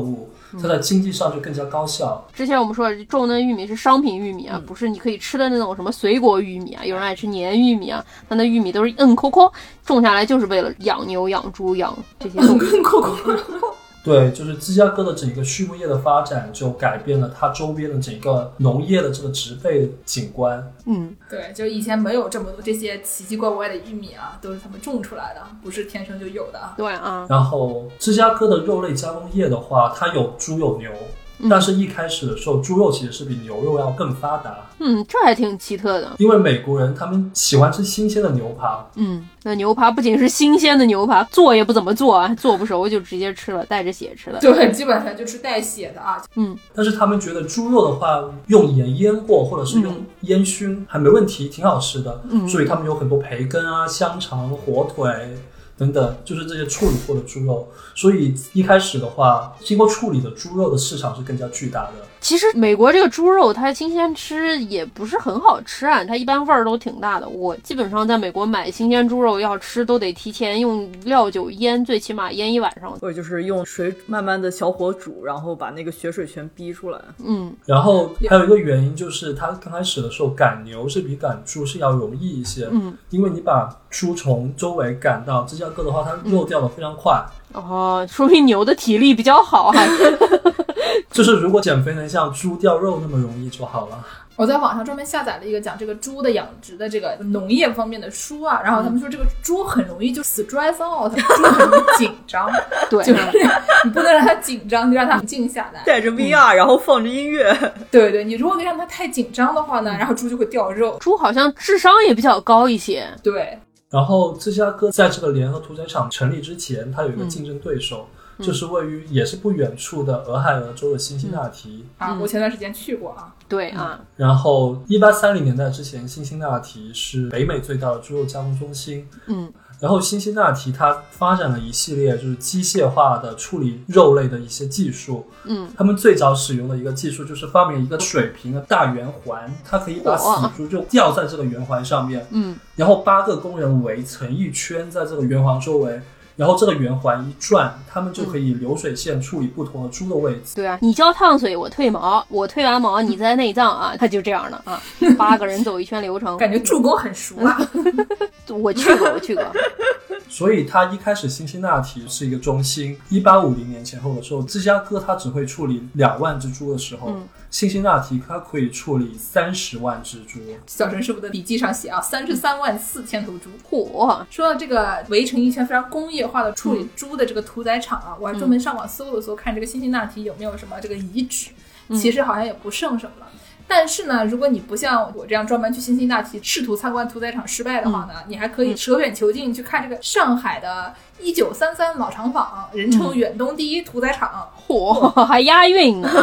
它在经济上就更加高效。 之前我们说种的玉米是商品玉米啊，不是你可以吃的那种什么水果玉米啊，有人爱吃黏玉米啊，它那玉米都是扣扣，种下来就是为了养牛、养猪、养这些动物。 对，就是芝加哥的整个畜牧业的发展就改变了它周边的整个农业的这个植被景观。 对，就以前没有这么多这些奇奇怪怪的玉米啊，都是他们种出来的，不是天生就有的。 对啊。 然后芝加哥的肉类加工业的话，它有猪有牛。但是一开始的时候，猪肉其实是比牛肉要更发达。 这还挺奇特的。 因为美国人他们喜欢吃新鲜的牛扒。 那牛扒不仅是新鲜的牛扒，做也不怎么做啊，做不熟就直接吃了，带着血吃了。 对，基本上就是带血的啊。 但是他们觉得猪肉的话，用盐腌过或者是用烟熏还没问题，挺好吃的。所以他们有很多培根啊、香肠、火腿等等，就是这些处理过的猪肉。所以一开始的话，经过处理的猪肉的市场是更加巨大的。 其实美国这个猪肉它新鲜吃也不是很好吃啊，它一般味儿都挺大的。我基本上在美国买新鲜猪肉要吃都得提前用料酒腌，最起码腌1晚上， 或者就是用水慢慢的小火煮，然后把那个血水全逼出来。 然后还有一个原因就是它刚开始的时候赶牛是比赶猪是要容易一些。因为你把猪从周围赶到芝加哥的话，它肉掉得非常快。 说明牛的体力比较好啊。 就是如果减肥能像猪掉肉那么容易就好了。 我在网上专门下载了一个讲这个猪的养殖的这个农业方面的书啊，然后他们说这个猪很容易就 stress out， 猪很容易紧张。对，就是你不能让它紧张，你让它静下来， 带着 VR，然后放着音乐。 对，你如果让它太紧张的话呢，然后猪就会掉肉。 猪好像智商也比较高一些。 对。 然后芝加哥在这个联合屠宰场成立之前，它有一个竞争对手，就是位于也是不远处的俄亥俄州的辛辛那提。 我前段时间去过啊。 对啊。 然后1830年代之前，辛辛那提是北美最大的猪肉加工中心。然后辛辛那提它发展了一系列就是机械化的处理肉类的一些技术。他们最早使用的一个技术就是发明一个水平的大圆环，它可以把死猪就吊在这个圆环上面。然后8个工人围成一圈在这个圆环周围，然后这个圆环一转，他们就可以流水线处理不同的猪的位置。 对啊，你浇烫水，我退毛，我退完毛你在内脏啊，它就这样的啊，8个人走一圈流程， 感觉助攻很熟啊。 我去过。 所以它一开始辛辛那提是一个中心，1850年前后的时候，芝加哥它只会处理2万只猪的时候，辛辛那提它可以处理30万只猪。 小陈师傅的笔记上写啊，334000头猪。 嚯！ 说到这个围成一圈非常工业化的处理猪的这个屠宰场啊，我还专门上网搜了搜，看这个辛辛那提有没有什么这个遗址。其实好像也不剩什么了。但是呢，如果你不像我这样专门去辛辛那提试图参观屠宰场失败的话呢，你还可以舍远求近去看这个上海的1933老厂坊，人称远东第一屠宰场。 嚯，还押韵呢。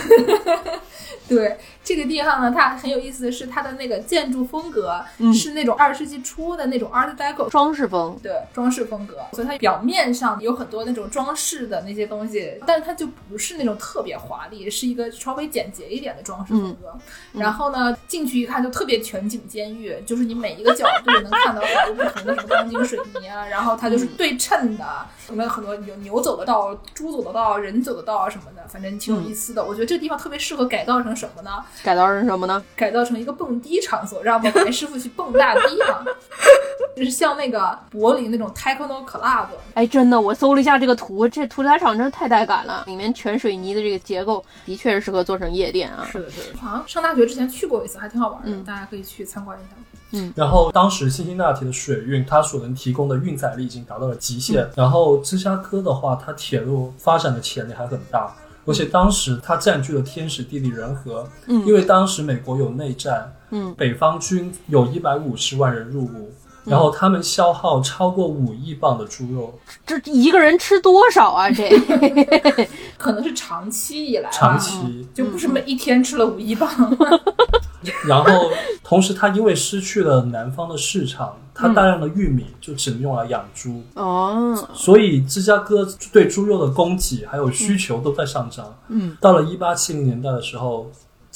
对，这个地方呢，它很有意思的是，它的那个建筑风格是那种20世纪初的那种 Art Deco 装饰风， 对，装饰风格，所以它表面上有很多那种装饰的那些东西，但是它就不是那种特别华丽，是一个稍微简洁一点的装饰风格。然后呢，进去一看就特别全景监狱，就是你每一个角度能看到很多不同的什么钢筋水泥啊，然后它就是对称的，有没有很多有牛走得到、猪走得到、人走得到什么的，反正挺有意思的。我觉得这个地方特别适合改造成什么呢？ 改造成什么呢？ 改造成一个蹦迪场所，让我们师傅去蹦大迪啊！就是像那个柏林那种 Techno Club。 哎，真的，我搜了一下这个图，这屠宰场真是太带感了，里面全水泥的这个结构的确是适合做成夜店啊。 是的，是的。 好像上大学之前去过一次，还挺好玩的，大家可以去参观一下。 然后当时辛辛那提的水运，它所能提供的运载力已经达到了极限。然后芝加哥的话，它铁路发展的潜力还很大。而且当时它占据了天时地利人和，因为当时美国有内战，北方军有150万人入伍，然后他们消耗超过5亿磅的猪肉。 这一个人吃多少啊？这可能是长期以来， 长期就不是每一天吃了5亿磅。 然后同时它因为失去了南方的市场，它大量的玉米就只能用来养猪。所以芝加哥对猪肉的供给还有需求都在上涨。到了1870年代的时候，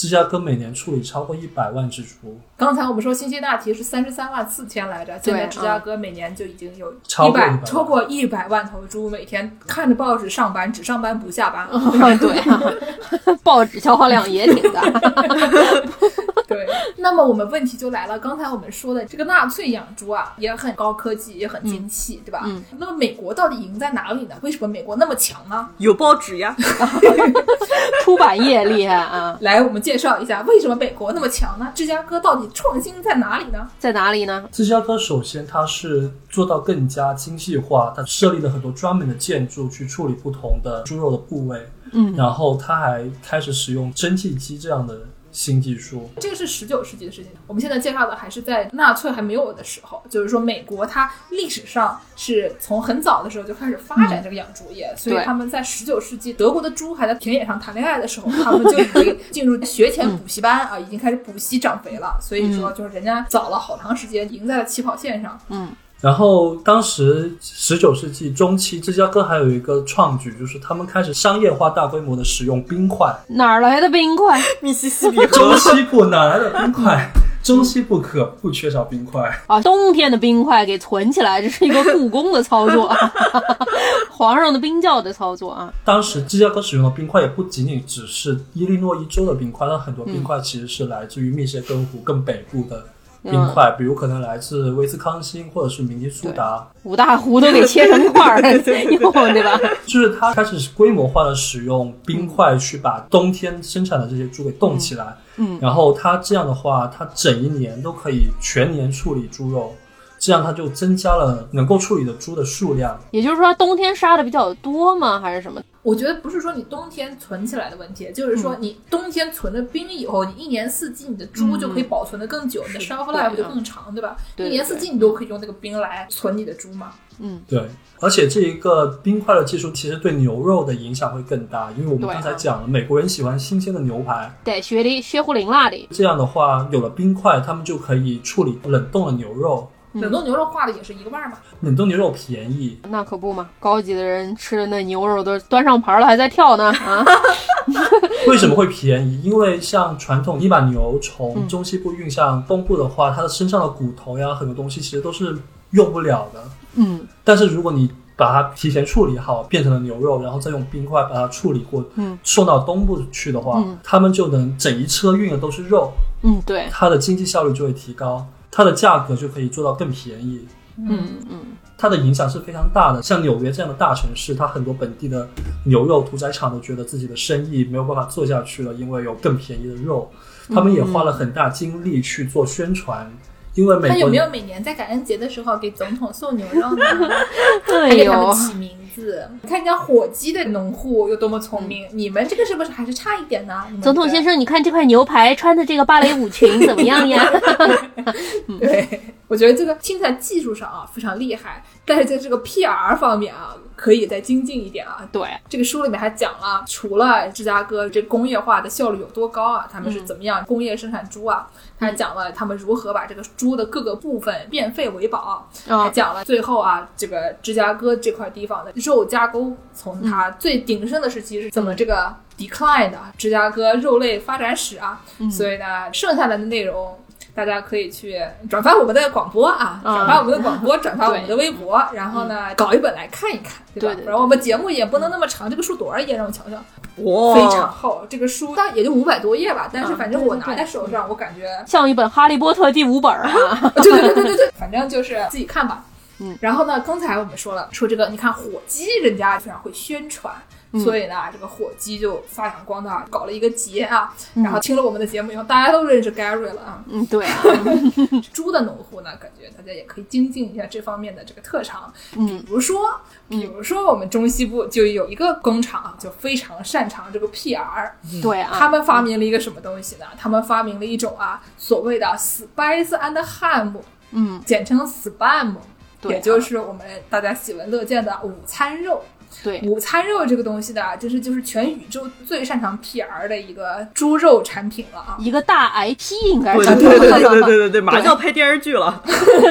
芝加哥每年处理超过100万只猪。 刚才我们说辛辛那提是33.4万来着，现在芝加哥每年就已经有超过100万头猪每天看着报纸上班，只上班不下班。 对啊，报纸消耗量也挺大。 对，那么我们问题就来了，刚才我们说的这个纳粹养猪啊，也很高科技，也很精细，对吧？那么美国到底赢在哪里呢？为什么美国那么强呢？ 有报纸呀。 出版业厉害啊！ 来，我们介绍一下为什么美国那么强呢？芝加哥到底创新在哪里呢？ 在哪里呢？ 芝加哥首先它是做到更加精细化，它设立了很多专门的建筑去处理不同的猪肉的部位，然后它还开始使用蒸汽机这样的新技术。 这个是19世纪的事情，我们现在介绍的还是在纳粹还没有的时候，就是说美国它历史上是从很早的时候就开始发展这个养猪业，所以他们在19世纪德国的猪还在田野上谈恋爱的时候，他们就可以进入学前补习班啊，已经开始补习长肥了，所以说就是人家早了好长时间，赢在了起跑线上。 然后当时19世纪中期，芝加哥还有一个创举，就是他们开始商业化大规模的使用冰块。 哪儿来的冰块？ 密西西比河。 中西部哪来的冰块？中西部可不缺少冰块啊！冬天的冰块给存起来，这是一个故宫的操作，皇上的冰窖的操作啊。 当时芝加哥使用的冰块也不仅仅只是伊利诺伊州的冰块，它很多冰块其实是来自于密歇根湖更北部的冰块，比如可能来自威斯康星或者是明尼苏达， 五大湖都给切成块儿，对吧？ 就是它开始规模化的使用冰块去把冬天生产的这些猪给冻起来，然后它这样的话，它整一年都可以全年处理猪肉，这样它就增加了能够处理的猪的数量。 也就是说，冬天杀的比较多吗？还是什么？ 我觉得不是说你冬天存起来的问题，就是说你冬天存了冰以后，你一年四季你的猪就可以保存得更久，你的 shelf life 就更长，对吧？ 对， 一年四季你都可以用那个冰来存你的猪嘛。 对。而且这一个冰块的技术其实对牛肉的影响会更大，因为我们刚才讲了，美国人喜欢新鲜的牛排， 对，血乎淋辣的。 这样的话，有了冰块，他们就可以处理冷冻的牛肉。 冷冻牛肉化的也是一个味儿嘛？ 冷冻牛肉便宜， 那可不嘛，高级的人吃的那牛肉都端上盘了还在跳呢啊！ 为什么会便宜？因为像传统，你把牛从中西部运向东部的话，它的身上的骨头呀，很多东西其实都是用不了的。但是如果你把它提前处理好，变成了牛肉，然后再用冰块把它处理过，送到东部去的话，他们就能整一车运的都是肉。 对， 它的经济效率就会提高，它的价格就可以做到更便宜。它的影响是非常大的。像纽约这样的大城市，它很多本地的牛肉屠宰场都觉得自己的生意没有办法做下去了，因为有更便宜的肉。他们也花了很大精力去做宣传。因为美国他有没有每年在感恩节的时候给总统送牛肉呢？还给他们起名字。你看人家火鸡的农户有多么聪明，你们这个是不是还是差一点呢？ 总统先生，你看这块牛排穿的这个芭蕾舞裙怎么样呀？ 对，我觉得这个听起来技术上啊非常厉害，但是在这个 PR 方面啊可以再精进一点啊。 对， 这个书里面还讲了，除了芝加哥这工业化的效率有多高啊，他们是怎么样工业生产猪啊，他还讲了他们如何把这个猪的各个部分变废为宝，还讲了最后啊这个芝加哥这块地方的肉加工从它最鼎盛的时期是怎么这个 decline 的芝加哥肉类发展史啊。所以呢剩下来的内容大家可以去转发我们的广播啊，转发我们的广播，转发我们的微博，然后呢搞一本来看一看，对吧？然后我们节目也不能那么长，这个书多少页让我瞧瞧，非常厚，这个书大概也就500多页吧，但是反正我拿在手上，我感觉像一本《哈利波特》第5本啊。 对，反正就是自己看吧。然后呢，刚才我们说这个，你看火鸡人家非常会宣传。所以呢，这个火鸡就发扬光大，搞了一个节啊。然后听了我们的节目以后，大家都认识 Gary 了啊。 对啊。 猪的农户呢，感觉大家也可以精进一下这方面的这个特长。比如说我们中西部就有一个工厂啊，就非常擅长这个 PR。 对啊。 他们发明了一个什么东西呢？他们发明了一种所谓的 Spice and Ham，简称 Spam，也就是我们大家喜闻乐见的午餐肉。 对， 午餐肉这个东西的，就是全宇宙最擅长 PR 的一个猪肉产品了啊， 一个大 IP 应该是。 对，马上要拍电视剧了。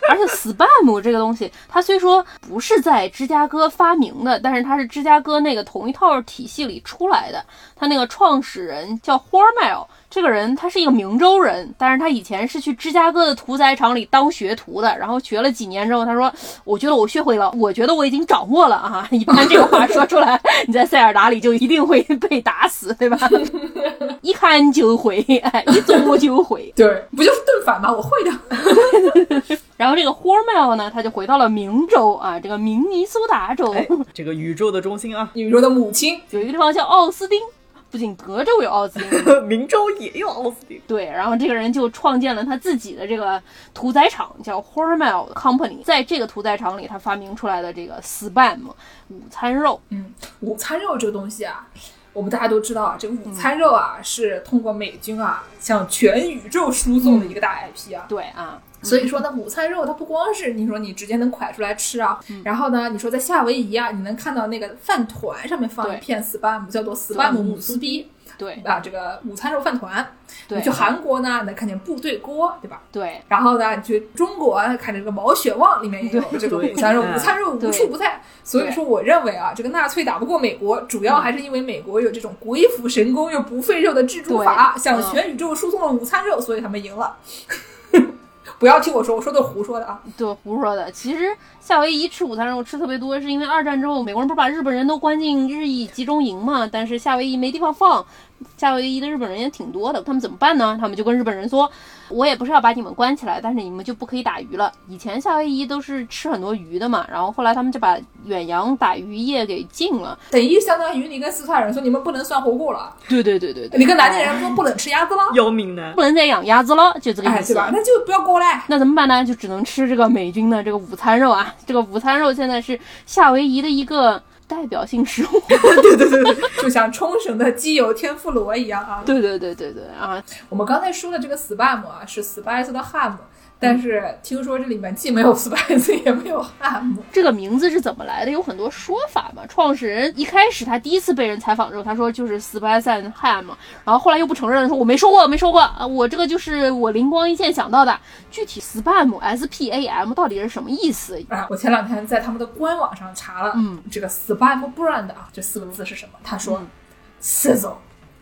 而且 spam 这个东西，它虽说不是在芝加哥发明的，但是它是芝加哥那个同一套体系里出来的。它那个创始人叫 Hormel， 这个人他是一个明州人，但是他以前是去芝加哥的屠宰场里当学徒的，然后学了几年之后，他说我觉得我学会了，我觉得我已经掌握了啊。一般这个话说出来，你在塞尔达里就一定会被打死，对吧？一看就会，哎，一做就会。 对，不就是炖饭吗？我会的。 然后这个 Hormel 呢，他就回到了明州啊，这个明尼苏达州， 这个宇宙的中心啊， 宇宙的母亲， 有一个地方叫奥斯汀。不仅德州有奥斯汀， 明州也有奥斯汀。 对，然后这个人就创建了他自己的这个屠宰场，叫 Hormel Company。在这个屠宰场里，他发明出来的这个 Spam 午餐肉。 午餐肉这个东西啊，我们大家都知道啊，这个午餐肉啊是通过美军啊向全宇宙输送的一个大 IP 啊。 对啊。 所以说呢，午餐肉它不光是你说你直接能蒯出来吃啊，然后呢，你说在夏威夷啊，你能看到那个饭团上面放一片 spam， 叫做 spam 姆斯逼， 对啊，这个午餐肉饭团。 对， 你去韩国呢，能看见部队锅，对吧？ 对。 然后呢，你去中国看这个毛血旺里面也有这个午餐肉，午餐肉无处不在。所以说，我认为啊，这个纳粹打不过美国，主要还是因为美国有这种鬼斧神工又不费肉的蜘蛛法，向全宇宙输送了午餐肉，所以他们赢了。不要听我说，我说的胡说的啊。 对，胡说的。其实夏威夷吃午餐肉吃特别多，是因为二战之后美国人不是把日本人都关进日裔集中营嘛，但是夏威夷没地方放，夏威夷的日本人也挺多的，他们怎么办呢？他们就跟日本人说，我也不是要把你们关起来，但是你们就不可以打鱼了。以前夏威夷都是吃很多鱼的嘛，然后后来他们就把远洋打鱼业给禁了， 等于相当于你跟四川人说你们不能涮火锅了， 对， 你跟南京人说不能吃鸭子了， 要命呢， 不能再养鸭子了，就这个意思， 对吧？那就不要过来。 那怎么办呢？就只能吃这个美军的这个午餐肉啊。这个午餐肉现在是夏威夷的一个代表性食物。 对，就像冲绳的基友天妇罗一样啊。 对啊。 我们刚才说的这个 spam 啊，是 spice 的 ham。但是听说这里面既没有 spice 也没有 ham。 这个名字是怎么来的？有很多说法嘛。创始人一开始他第一次被人采访之后，他说就是 spice and ham， 然后后来又不承认，说我没说过啊，我这个就是我灵光一现想到的。具体 spam spam 到底是什么意思啊？我前两天在他们的官网上查了，这个 spam brand 啊，这4个字是什么？他说sizzle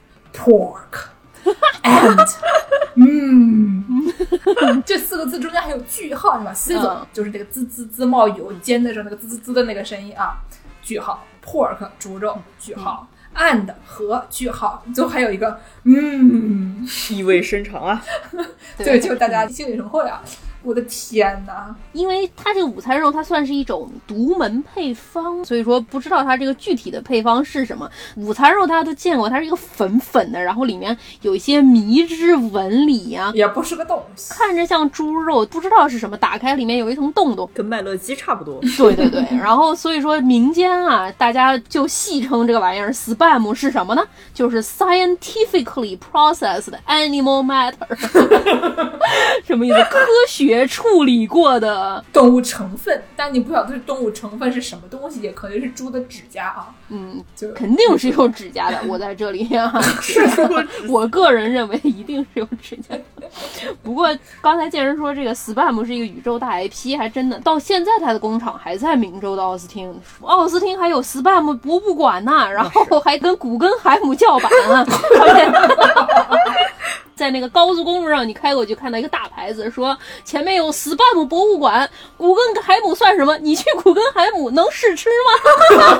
pork and 这4个字中间还有句号，是吧？sizzle 就是这个滋滋滋冒油煎的时候那个滋滋滋的那个声音啊，句号 pork 猪肉句号and 和句号，最后还有一个意味深长啊。 对，就大家心领神会啊。我的天哪！ 因为它这个午餐肉它算是一种独门配方，所以说不知道它这个具体的配方是什么。午餐肉大家都见过，它是一个粉粉的，然后里面有一些迷之纹理啊， 也不是个东西， 看着像猪肉，不知道是什么，打开里面有一层洞洞， 跟麦乐鸡差不多。 对，然后所以说民间啊，大家就戏称这个玩意儿 spam 是什么呢？就是 scientifically processed animal matter 什么意思？科学处理过的动物成分，但你不晓得动物成分是什么东西，也可能是猪的指甲啊。就肯定是有指甲的。我在这里啊，我个人认为一定是有指甲的。不过刚才见人说这个 spam 是一个宇宙大 IP， 还真的到现在它的工厂还在明州的奥斯汀，奥斯汀还有 spam 博物馆呢，然后还跟古根海姆叫板啊。在那个高速公路上，你开过去看到一个大牌子，说前面有 spam 博物馆，古根海姆算什么？你去古根海姆能试吃吗？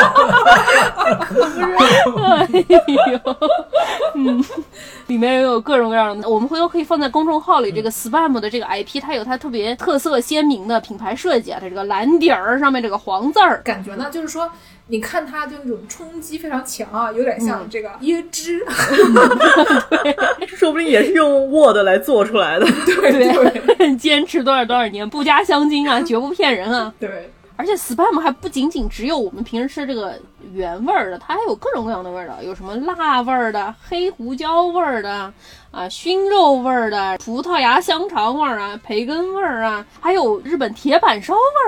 里面有各种各样的，我们回头可以放在公众号里。这个 spam 的这个 IP， 它有它特别特色鲜明的品牌设计啊，它这个蓝底儿上面这个黄字儿， 感觉呢就是说。你看它就那种冲击非常强啊，有点像这个椰汁， 说不定也是用 Word 来做出来的。 对，坚持多少年，不加香精啊，绝不骗人啊。 对， 而且 spam 还不仅仅只有我们平时吃这个原味儿的，它还有各种各样的味道，有什么辣味儿的、黑胡椒味儿的啊、熏肉味儿的、葡萄牙香肠味儿啊、培根味儿啊，还有日本铁板烧味儿。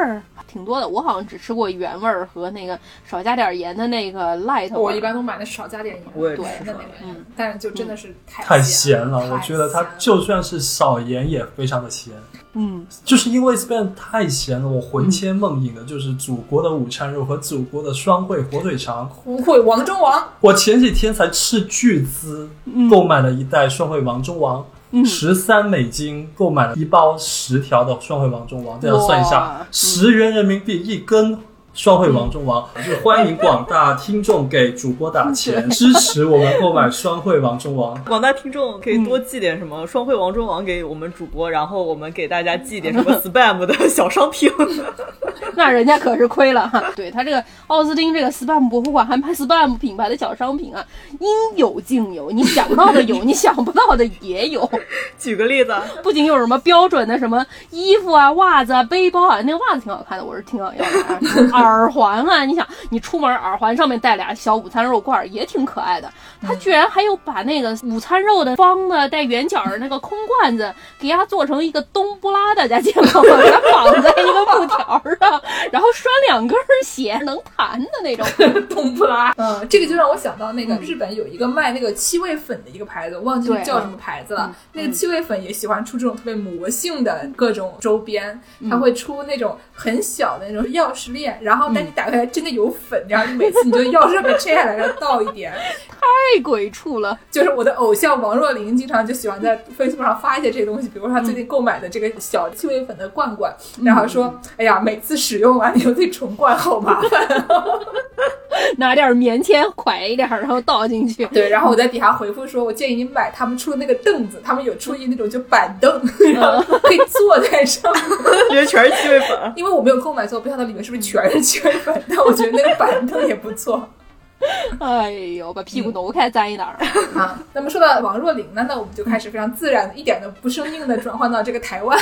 挺多的。我好像只吃过原味儿和那个少加点盐的那个 light。 我一般都买的少加点盐， 我也对的那个，但是就真的是太咸了。 了。 我觉得它就算是少盐也非常的咸。就是因为 Spam 太咸了，我魂牵梦萦的就是祖国的午餐肉和祖国的双汇火腿肠。 胡汇王中王， 我前几天才斥巨资购买了一袋双汇王中王。13美金购买了一包10条的双汇王中王，这样算一下，10元人民币一根双汇王中王。就是欢迎广大听众给主播打钱，支持我们购买双汇王中王。 广大听众可以多寄点什么双汇王中王给我们主播，然后我们给大家寄点什么 Spam 的小商品。 那人家可是亏了哈。对，他这个奥斯汀这个 Spam 博物馆还卖 Spam 品牌的小商品啊，应有尽有，你想到的有，你想不到的也有。 举个例子， 不仅有什么标准的什么衣服啊、袜子啊、背包啊，那个袜子挺好看的，我是挺想要的。耳环啊，你想你出门耳环上面带俩小午餐肉罐也挺可爱的。他居然还有把那个午餐肉的方的带圆角的那个空罐子给它做成一个冬不拉，大家见过吗？给它绑在一个布条上，然后拴2根弦能弹的那种冬不拉。这个就让我想到那个日本有一个卖那个气味粉的一个牌子，我忘记叫什么牌子了。那个气味粉也喜欢出这种特别魔性的各种周边，它会出那种很小的那种钥匙链，然后但你打开来真的有粉，然后每次你就钥匙上面拆下来要倒一点， 太鬼畜了。 就是我的偶像王若琳经常就喜欢在 Facebook 上发一些这些东西，比如说他最近购买的这个小气味粉的罐罐，然后说哎呀每次使用完以后这重灌好麻烦。 拿点棉签蒯一点然后倒进去。 对，然后我在底下回复说我建议你买他们出的那个凳子，他们有出一那种就板凳，然后可以坐在上面， 觉得全是气味粉。 因为我没有购买，所以我不知道它里面是不是全是气味粉，但我觉得那个板凳也不错。 哎呦，把屁股挪开沾一点啊！那么说到王若琳呢，那我们就开始非常自然的、一点都不生硬的转换到这个台湾。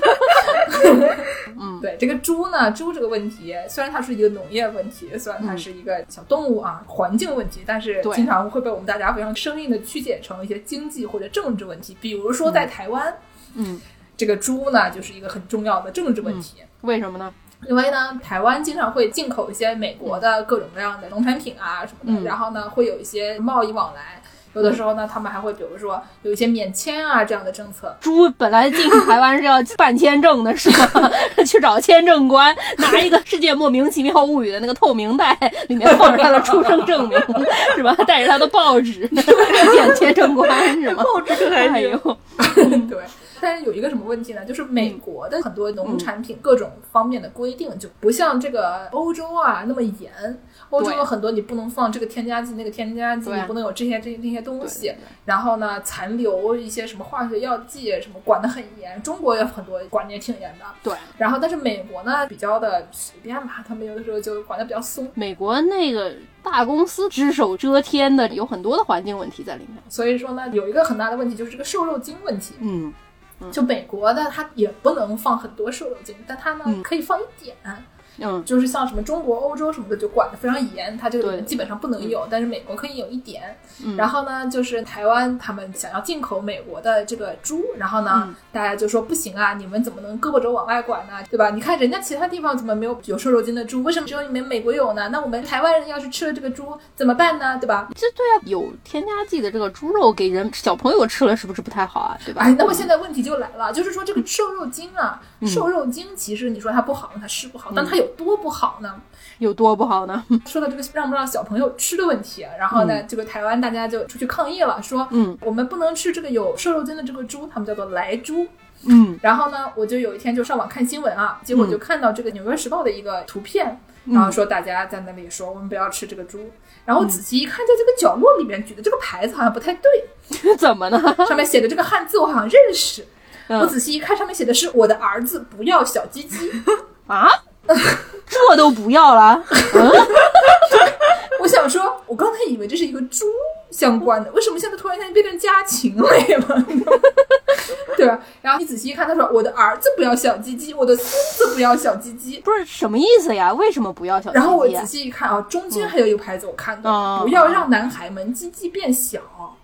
对这个猪呢，猪这个问题，虽然它是一个农业问题，虽然它是一个小动物啊，环境问题，但是经常会被我们大家非常生硬的曲解成一些经济或者政治问题。比如说在台湾，这个猪呢就是一个很重要的政治问题。 为什么呢？ 因为呢，台湾经常会进口一些美国的各种各样的农产品啊什么的，然后呢会有一些贸易往来，有的时候呢他们还会比如说有一些免签啊这样的政策。 猪本来进台湾是要办签证的是吗？去找签证官拿一个世界莫名其妙物语的那个透明袋，里面放着他的出生证明是吧？带着他的报纸见签证官是吗？ 报纸可还有对。但是有一个什么问题呢，就是美国的很多农产品各种方面的规定就不像这个欧洲啊那么严。欧洲有很多你不能放这个添加剂那个添加剂，你不能有这些东西，然后呢残留一些什么化学药剂什么管得很严。中国有很多管得也挺严的， 对。 然后但是美国呢比较的随便吧，他们有的时候就管得比较松。 美国那个大公司只手遮天的，有很多的环境问题在里面。 所以说呢，有一个很大的问题就是这个瘦肉精问题。就美国的它也不能放很多瘦肉精，但它呢可以放一点。就是像什么中国、欧洲什么的就管得非常严，它这个基本上不能有，但是美国可以有一点。然后呢，就是台湾他们想要进口美国的这个猪，然后呢，大家就说不行啊，你们怎么能胳膊肘往外管呢？对吧？你看人家其他地方怎么没有瘦肉精的猪，为什么只有你们美国有呢？那我们台湾人要是吃了这个猪怎么办呢？对吧？ 这对啊，有添加剂的这个猪肉给人小朋友吃了是不是不太好啊？对吧？ 那么现在问题就来了，就是说这个瘦肉精啊，瘦肉精其实你说它不好，它是不好，但它有多不好呢？ 有多不好呢？ 说到这个让不让小朋友吃的问题，然后呢，这个台湾大家就出去抗议了，说我们不能吃这个有瘦肉精的这个猪，他们叫做莱猪。然后呢，我就有一天就上网看新闻啊，结果就看到这个《纽约时报》的一个图片，然后说大家在那里说我们不要吃这个猪，然后仔细一看，在这个角落里面举的这个牌子好像不太对。 怎么呢？ 上面写的这个汉字我好像认识，我仔细一看，上面写的是我的儿子不要小鸡鸡啊。这都不要了。 我想说我刚才以为这是一个猪相关的，为什么现在突然间变成家禽类了？对吧？然后你仔细一看，他说我的儿子不要小鸡鸡，我的孙子不要小鸡鸡， 不是什么意思呀？为什么不要小鸡鸡？ 然后我仔细一看啊，中间还有一个牌子我看到，不要让男孩们鸡鸡变小。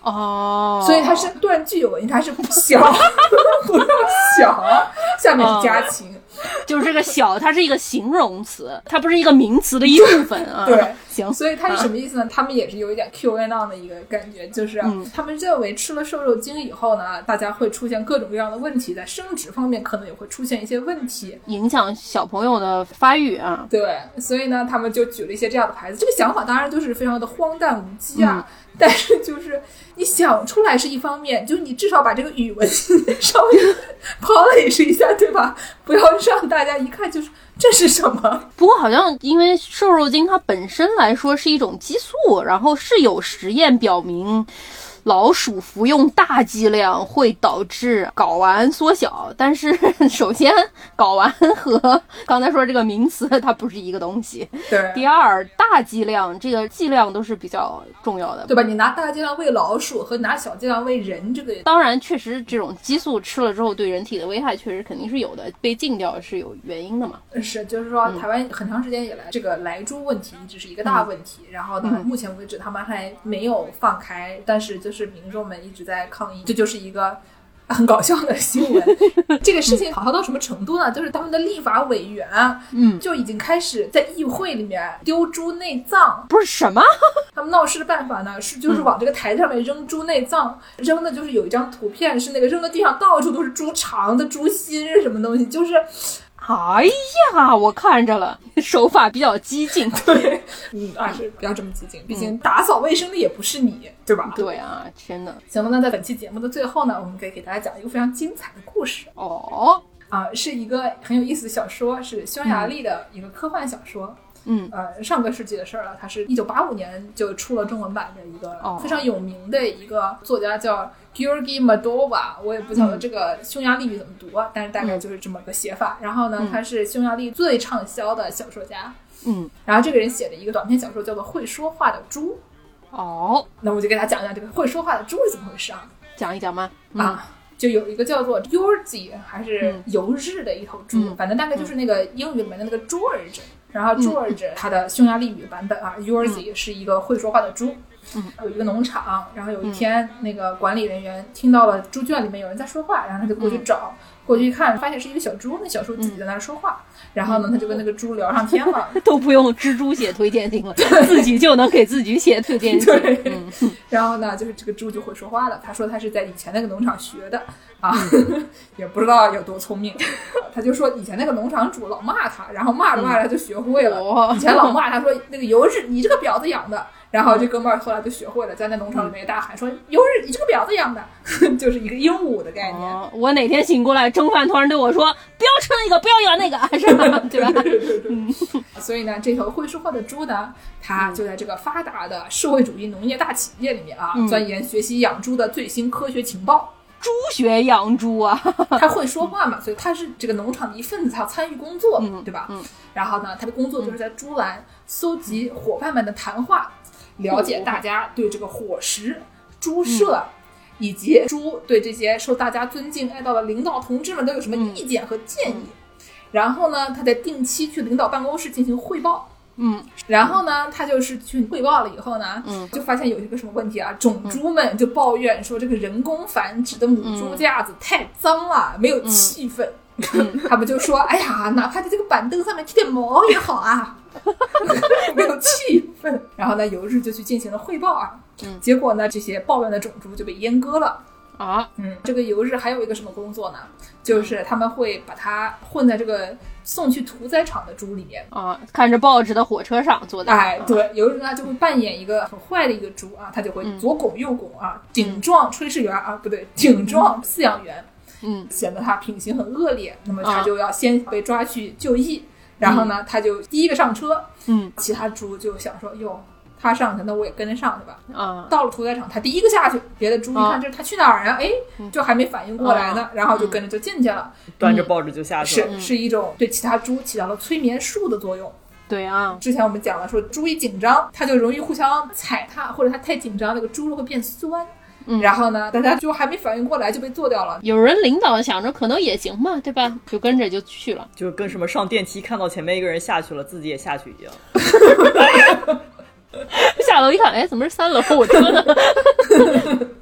哦， 所以它是断句有音，它是小不要小，下面是家禽。 就是这个小它是一个形容词，它不是一个名词的一部分啊。 对， 行， 所以它是什么意思呢？他们也是有一点 QAnon 的一个感觉，就是他们认为吃了瘦肉精以后呢，大家会出现各种各样的问题，在生殖方面可能也会出现一些问题， 影响小朋友的发育啊。 对，所以呢他们就举了一些这样的牌子。这个想法当然就是非常的荒诞无稽啊，但是就是你想出来是一方面，就是你至少把这个语文稍微 polish 一下，对吧？不要让大家一看就是这是什么。 不过好像因为瘦肉精它本身来说是一种激素，然后是有实验表明老鼠服用大剂量会导致睾丸缩小，但是首先睾丸和刚才说这个名词它不是一个东西。 对。 第二，大剂量这个剂量都是比较重要的， 对吧？你拿大剂量喂老鼠和拿小剂量喂人，这个当然确实这种激素吃了之后对人体的危害确实肯定是有的，被禁掉是有原因的嘛。 是，就是说台湾很长时间以来，这个莱猪问题一直是一个大问题，然后呢，目前为止他们还没有放开，但是就是民众们一直在抗议，这就是一个很搞笑的新闻。这个事情好到什么程度呢？就是他们的立法委员，就已经开始在议会里面丢猪内脏。 不是什么？ 他们闹事的办法呢，就是往这个台子上面扔猪内脏，扔的就是有一张图片，是那个扔的地上到处都是猪肠的、猪心什么东西，就是。 哎呀，我看着了，手法比较激进。 对，是不要这么激进，毕竟打扫卫生的也不是你，对吧？ 对啊，真的。 行了，那在本期节目的最后呢，我们可以给大家讲一个非常精彩的故事。是一个很有意思的小说，是匈牙利的一个科幻小说。上个世纪的事儿了，它是1985年就出了中文版的一个非常有名的一个作家叫 Georgi Madova， 我也不晓得这个匈牙利语怎么读啊，但是大概就是这么个写法。然后呢，他是匈牙利最畅销的小说家。然后这个人写的一个短篇小说叫做《会说话的猪》。那我就给大家讲一讲这个会说话的猪是怎么回事啊？ 讲一讲吗？ 就有一个叫做 Yorzi 还是游日的一头猪，反正大概就是那个英语里面的那个 George。然后 George 他的匈牙利语版本Yorzi 是一个会说话的猪。有一个农场，然后有一天那个管理人员听到了猪圈里面有人在说话，然后他就过去找，过去一看发现是一个小猪，那小猪自己在那说话，然后呢他就跟那个猪聊上天了。 都不用蜘蛛写推荐信了，自己就能给自己写推荐信。 对，然后呢就是这个猪就会说话了，他说他是在以前那个农场学的也不知道有多聪明。他就说以前那个农场主老骂他，然后骂着骂着他就学会了。以前老骂他说那个游日你这个婊子养的，然后这哥们儿后来就学会了，在那农场里面大喊说游日你这个婊子养的。就是一个鹦鹉的概念。 我哪天醒过来蒸饭突然对我说不要吃那个不要养那个，是吧？对吧？ 对。所以呢这头会说话的猪呢，它就在这个发达的社会主义农业大企业里面钻研学习养猪的最新科学情报。 猪学养猪啊， 他会说话嘛，所以他是这个农场的一份子，他要参与工作，对吧？然后呢，他的工作就是在猪栏搜集伙伴们的谈话，了解大家对这个伙食、猪舍以及猪对这些受大家尊敬爱戴的领导同志们都有什么意见和建议。然后呢，他在定期去领导办公室进行汇报。然后呢他就是去汇报了以后呢就发现有一个什么问题啊，种猪们就抱怨说这个人工繁殖的母猪架子太脏了，没有气氛。他们就说哎呀，哪怕在这个板凳上面剃点毛也好啊。没有气氛。然后呢游日就去进行了汇报结果呢这些抱怨的种猪就被阉割了。这个游日还有一个什么工作呢，就是他们会把它混在这个送去屠宰场的猪里面看着报纸的火车上做的。 对，游日呢就会扮演一个很坏的一个猪他就会左拱右拱顶撞炊事员不对，顶撞饲养员，显得他品行很恶劣。那么他就要先被抓去就医，然后呢他就第一个上车，其他猪就想说哟他上去那我也跟着上去吧。到了屠宰场他第一个下去，别的猪一看这他去哪儿就还没反应过来呢，然后就跟着就进去了， 端着报纸就下去了。 是一种对其他猪起到了催眠术的作用。 对啊， 之前我们讲了说猪一紧张它就容易互相踩踏，或者它太紧张那个猪肉会变酸。然后呢大家就还没反应过来就被做掉了。 有人领导想着可能也行嘛，对吧，就跟着就去了， 就跟什么上电梯看到前面一个人下去了自己也下去一样。 下楼一看怎么是3楼我车呢。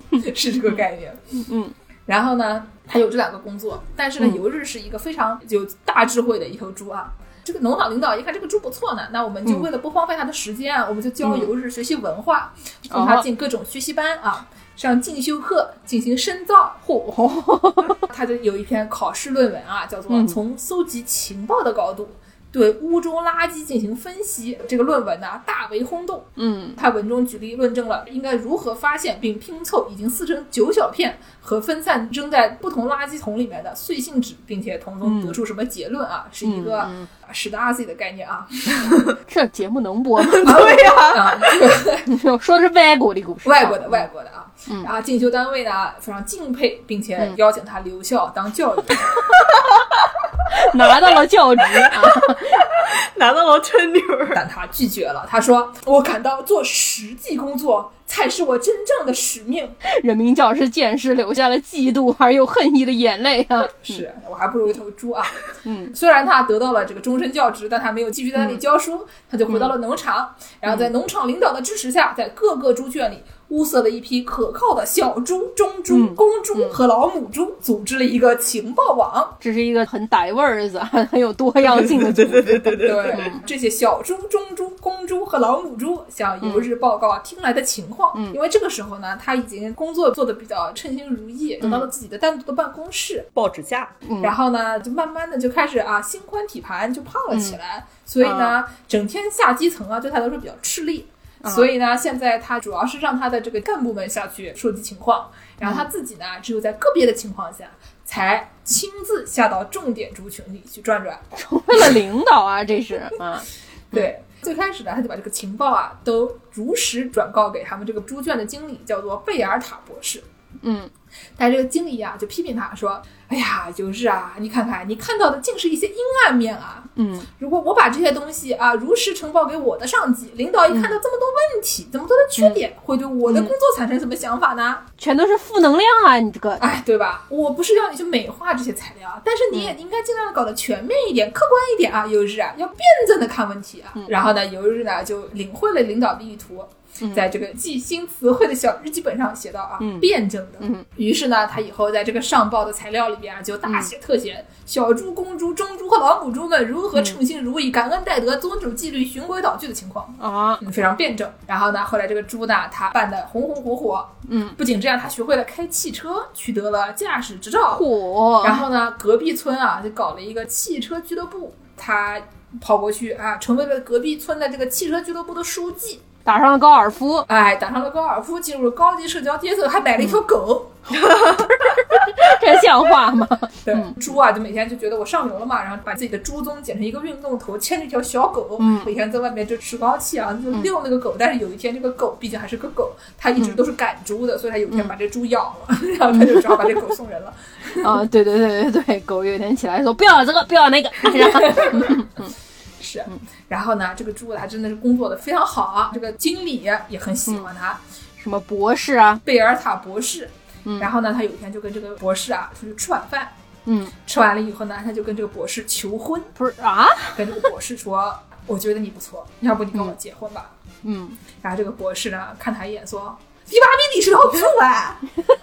是这个概念。然后呢，他有这2个工作，但是呢，游日是一个非常有大智慧的一头猪啊。这个农场领导一看这个猪不错呢，那我们就为了不荒废他的时间啊，我们就教游日学习文化，送他进各种学习班啊，上进修课进行深造。他就有一篇考试论文啊，叫做《从搜集情报的高度对屋中垃圾进行分析》。这个论文呢大为轰动。他文中举例论证了应该如何发现并拼凑已经撕成9小片和分散扔在不同垃圾桶里面的碎信纸，并且从中得出什么结论啊，是一个史达斯的概念啊。 这节目能播吗？ 对呀， 说的是外国的故事， 外国的啊。然后进修单位呢非常敬佩，并且邀请他留校当教员。 拿到了教职啊， 拿到了tenure， 但他拒绝了。他说：“我感到做实际工作才是我真正的使命。” 人民教师见识流下了嫉妒而又恨意的眼泪啊！ 是我还不如一头猪啊！虽然他得到了这个终身教职，但他没有继续在那里教书，他就回到了农场，然后在农场领导的支持下，在各个猪圈里物色了一批可靠的小猪、中猪、公猪和老母猪，组织了一个情报网。 这是一个很diverse、很有多样性的组织。 对，这些小猪、中猪、公猪和老母猪向游日报告听来的情况。因为这个时候呢，他已经工作做得比较称心如意，得到了自己的单独的办公室、 报纸架。 然后呢，就慢慢的就开始心宽体盘，就胖了起来。所以呢，整天下基层啊，对他来说比较吃力。所以呢，现在他主要是让他的这个干部们下去收集情况，然后他自己呢，只有在个别的情况下才亲自下到重点猪群里去转转， 成为了领导啊，这是啊， 对。最开始呢，他就把这个情报啊都如实转告给他们这个猪圈的经理，叫做贝尔塔博士。但这个经理啊就批评他说：“哎呀，游日啊，你看看，你看到的竟是一些阴暗面啊。如果我把这些东西啊如实呈报给我的上级，领导一看到这么多问题，这么多的缺点，会对我的工作产生什么想法呢？ 全都是负能量啊！你这个， 对吧？我不是要你去美化这些材料，但是你也应该尽量搞得全面一点、客观一点啊。游日啊，要辩证的看问题啊。然后呢，游日呢就领会了领导的意图。”在这个记新词汇的小日记本上写到啊，辩证的。于是呢，他以后在这个上报的材料里边就大写特写小猪、公猪、中猪和老母猪们如何称心如意、感恩戴德、遵守纪律、循规蹈矩的情况啊，非常辩证。然后呢，后来这个猪呢，他办得红红火火，不仅这样，他学会了开汽车，取得了驾驶执照。然后呢，隔壁村啊就搞了一个汽车俱乐部，他跑过去啊，成为了隔壁村的这个汽车俱乐部的书记。 打上了高尔夫， 打上了高尔夫，进入了高级社交阶层，还买了一条狗。 这像话吗？ 对，猪啊，就每天就觉得我上流了嘛，然后把自己的猪鬃剪成一个运动头，牵着一条小狗，每天在外面就趾高气扬就遛那个狗。但是有一天，这个狗毕竟还是个狗，它一直都是赶猪的，所以它有一天把这猪咬了，然后它就只好把这狗送人了。 对，狗有一天起来说不要这个，不要那个， 是。然后呢，这个猪他真的是工作的非常好啊，这个经理也很喜欢他， 什么博士啊， 贝尔塔博士。然后呢，他有一天就跟这个博士啊出去吃晚饭。吃完了以后呢，他就跟这个博士求婚。 不是啊， 跟这个博士说，我觉得你不错，要不你跟我结婚吧。然后这个博士呢看他一眼说，你妈逼你是老猪啊。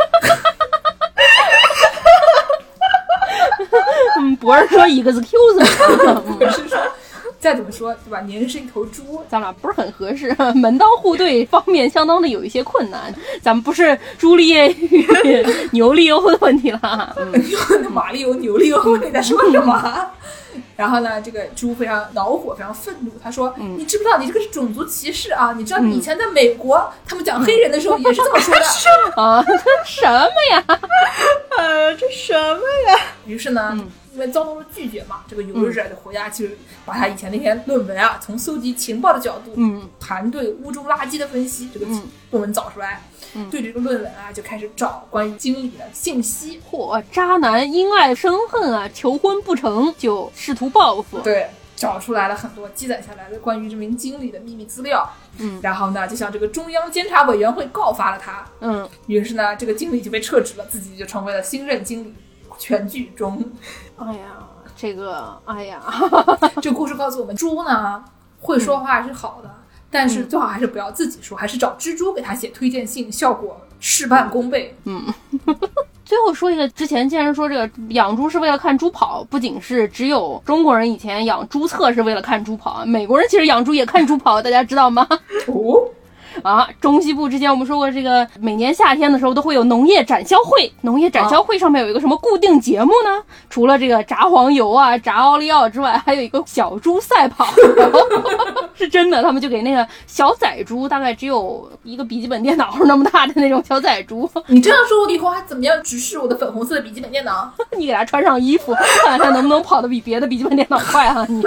博士说一个 excuse me， 博士说再怎么说对吧，您是一头猪， 咱俩不是很合适，门当户对方面相当的有一些困难，咱们不是朱丽叶与牛利欧的问题了。 马里欧牛利欧，你在说什么？然后呢，这个猪非常恼火，非常愤怒。他说：“你知不知道你这个是种族歧视啊？你知道你以前在美国，他们讲黑人的时候也是这么说的啊？什么呀？ 这什么呀？” 于是呢，因为遭到了拒绝嘛，这个游日就回家去把他以前那篇论文啊，从搜集情报的角度，谈对屋中垃圾的分析，这个论文找出来。对这个论文啊，就开始找关于经理的信息。 渣男因爱生恨啊，求婚不成就试图报复。 对，找出来了很多积攒下来的关于这名经理的秘密资料。然后呢，就向这个中央监察委员会告发了他。于是呢，这个经理就被撤职了，自己就成为了新任经理。全剧终。 这个这个故事告诉我们，猪呢会说话是好的。但是最好还是不要自己说，还是找蜘蛛给他写推荐信，效果事半功倍。 最后说一个，之前既然说这个养猪是为了看猪跑，不仅是只有中国人以前养猪册是为了看猪跑，美国人其实养猪也看猪跑，大家知道吗？中西部之前我们说过，这个每年夏天的时候都会有农业展销会，农业展销会上面有一个什么固定节目呢？除了这个炸黄油啊、炸奥利奥之外，还有一个小猪赛跑，是真的，他们就给那个小仔猪，大概只有一个笔记本电脑那么大的那种小仔猪。 你这样说，我以后还怎么样直视我的粉红色的笔记本电脑？ 你给它穿上衣服，看看它能不能跑得比别的笔记本电脑快啊！你。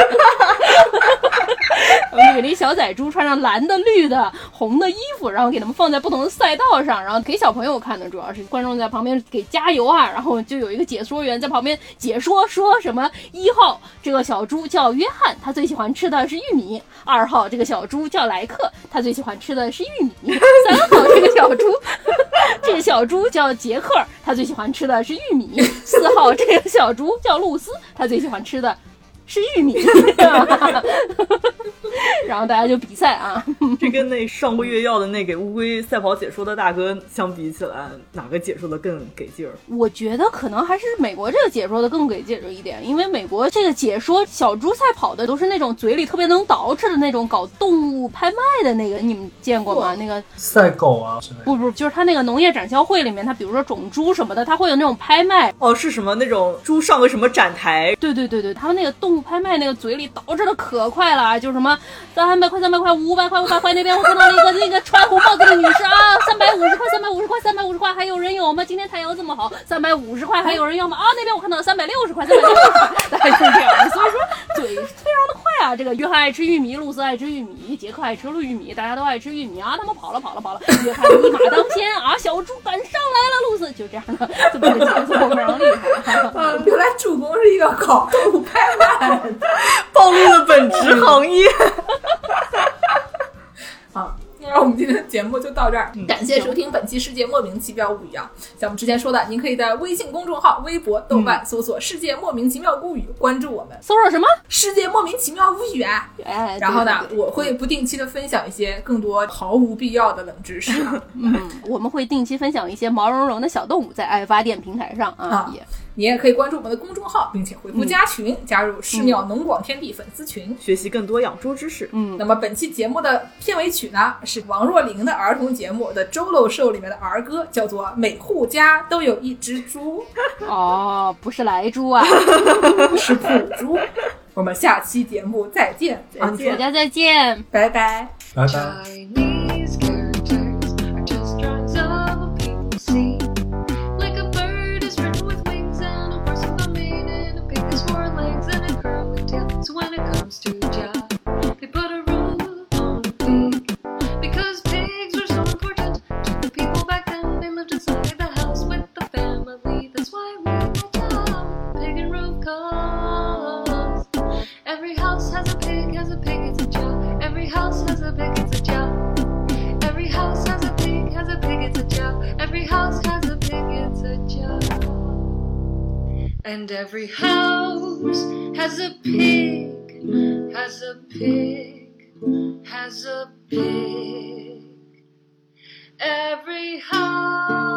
我们给那小仔猪穿上蓝的、绿的、红的衣服，然后给他们放在不同的赛道上，然后给小朋友看的，主要是观众在旁边给加油啊，然后就有一个解说员在旁边解说，说什么1号这个小猪叫约翰，他最喜欢吃的是玉米；2号这个小猪叫莱克，他最喜欢吃的是玉米；3号这个小猪叫杰克，他最喜欢吃的是玉米；4号这个小猪叫露丝，他最喜欢吃的是玉米。然后大家就比赛啊。 这跟那上过月曜的那给乌龟赛跑解说的大哥相比起来，哪个解说的更给劲儿？ 我觉得可能还是美国这个解说的更给劲儿一点，因为美国这个解说小猪赛跑的都是那种嘴里特别能捯饬的那种搞动物拍卖的那个，你们见过吗？那个赛狗啊之类的。 不，就是他那个农业展销会里面，他比如说种猪什么的，他会有那种拍卖。 是什么那种猪上个什么展台？ 对，他们那个动物拍卖那个嘴里捯饬的可快了，就是什么300块、300块、500块、500块，那边我看到了一个那个穿红帽子的女士啊，350块、350块、350块，还有人有吗？今天太阳这么好，350块还有人要吗？那边我看到了360块、360块，大概就是这样的。所以说嘴非常的快啊。这个约翰爱吃玉米，露丝爱吃玉米，杰克爱吃玉米，大家都爱吃玉米啊。他们跑了，约翰一马当先啊，小猪赶上来了，露丝就这样的，这么个节奏非常厉害。 原来主公是一个搞动物拍卖， 暴露了本职行业。 那我们今天的节目就到这儿，感谢收听本期世界莫名其妙物语啊！像我们之前说的，您可以在微信公众号、微博、豆瓣搜索世界莫名其妙物语，关注我们。 搜索什么？ 世界莫名其妙物语啊！然后呢， 对， 我会不定期的分享一些更多毫无必要的冷知识。 我们会定期分享一些毛茸茸的小动物在爱发电平台上啊。 你也可以关注我们的公众号，并且回复加群，加入世妙农广天地粉丝群， 学习更多养猪知识。 那么本期节目的片尾曲呢，是王若琳的儿童节目的周漏寿里面的儿歌，叫做每户家都有一只猪。 不是来猪啊， 是普猪。我们下期节目再见， 大家再见， 拜拜， 拜拜。 So when it comes to job, they put a rule on a pig, because pigs were so important to the people back then. They lived inside the house with the family. That's why we call job pig and roof, cause every house has a pig, it's a job. Every house has a pig, it's a job. Every house has a pig, it's a job. Every house has a pig, it's a job. And every house has a pig, has a pig, has a pig. Every house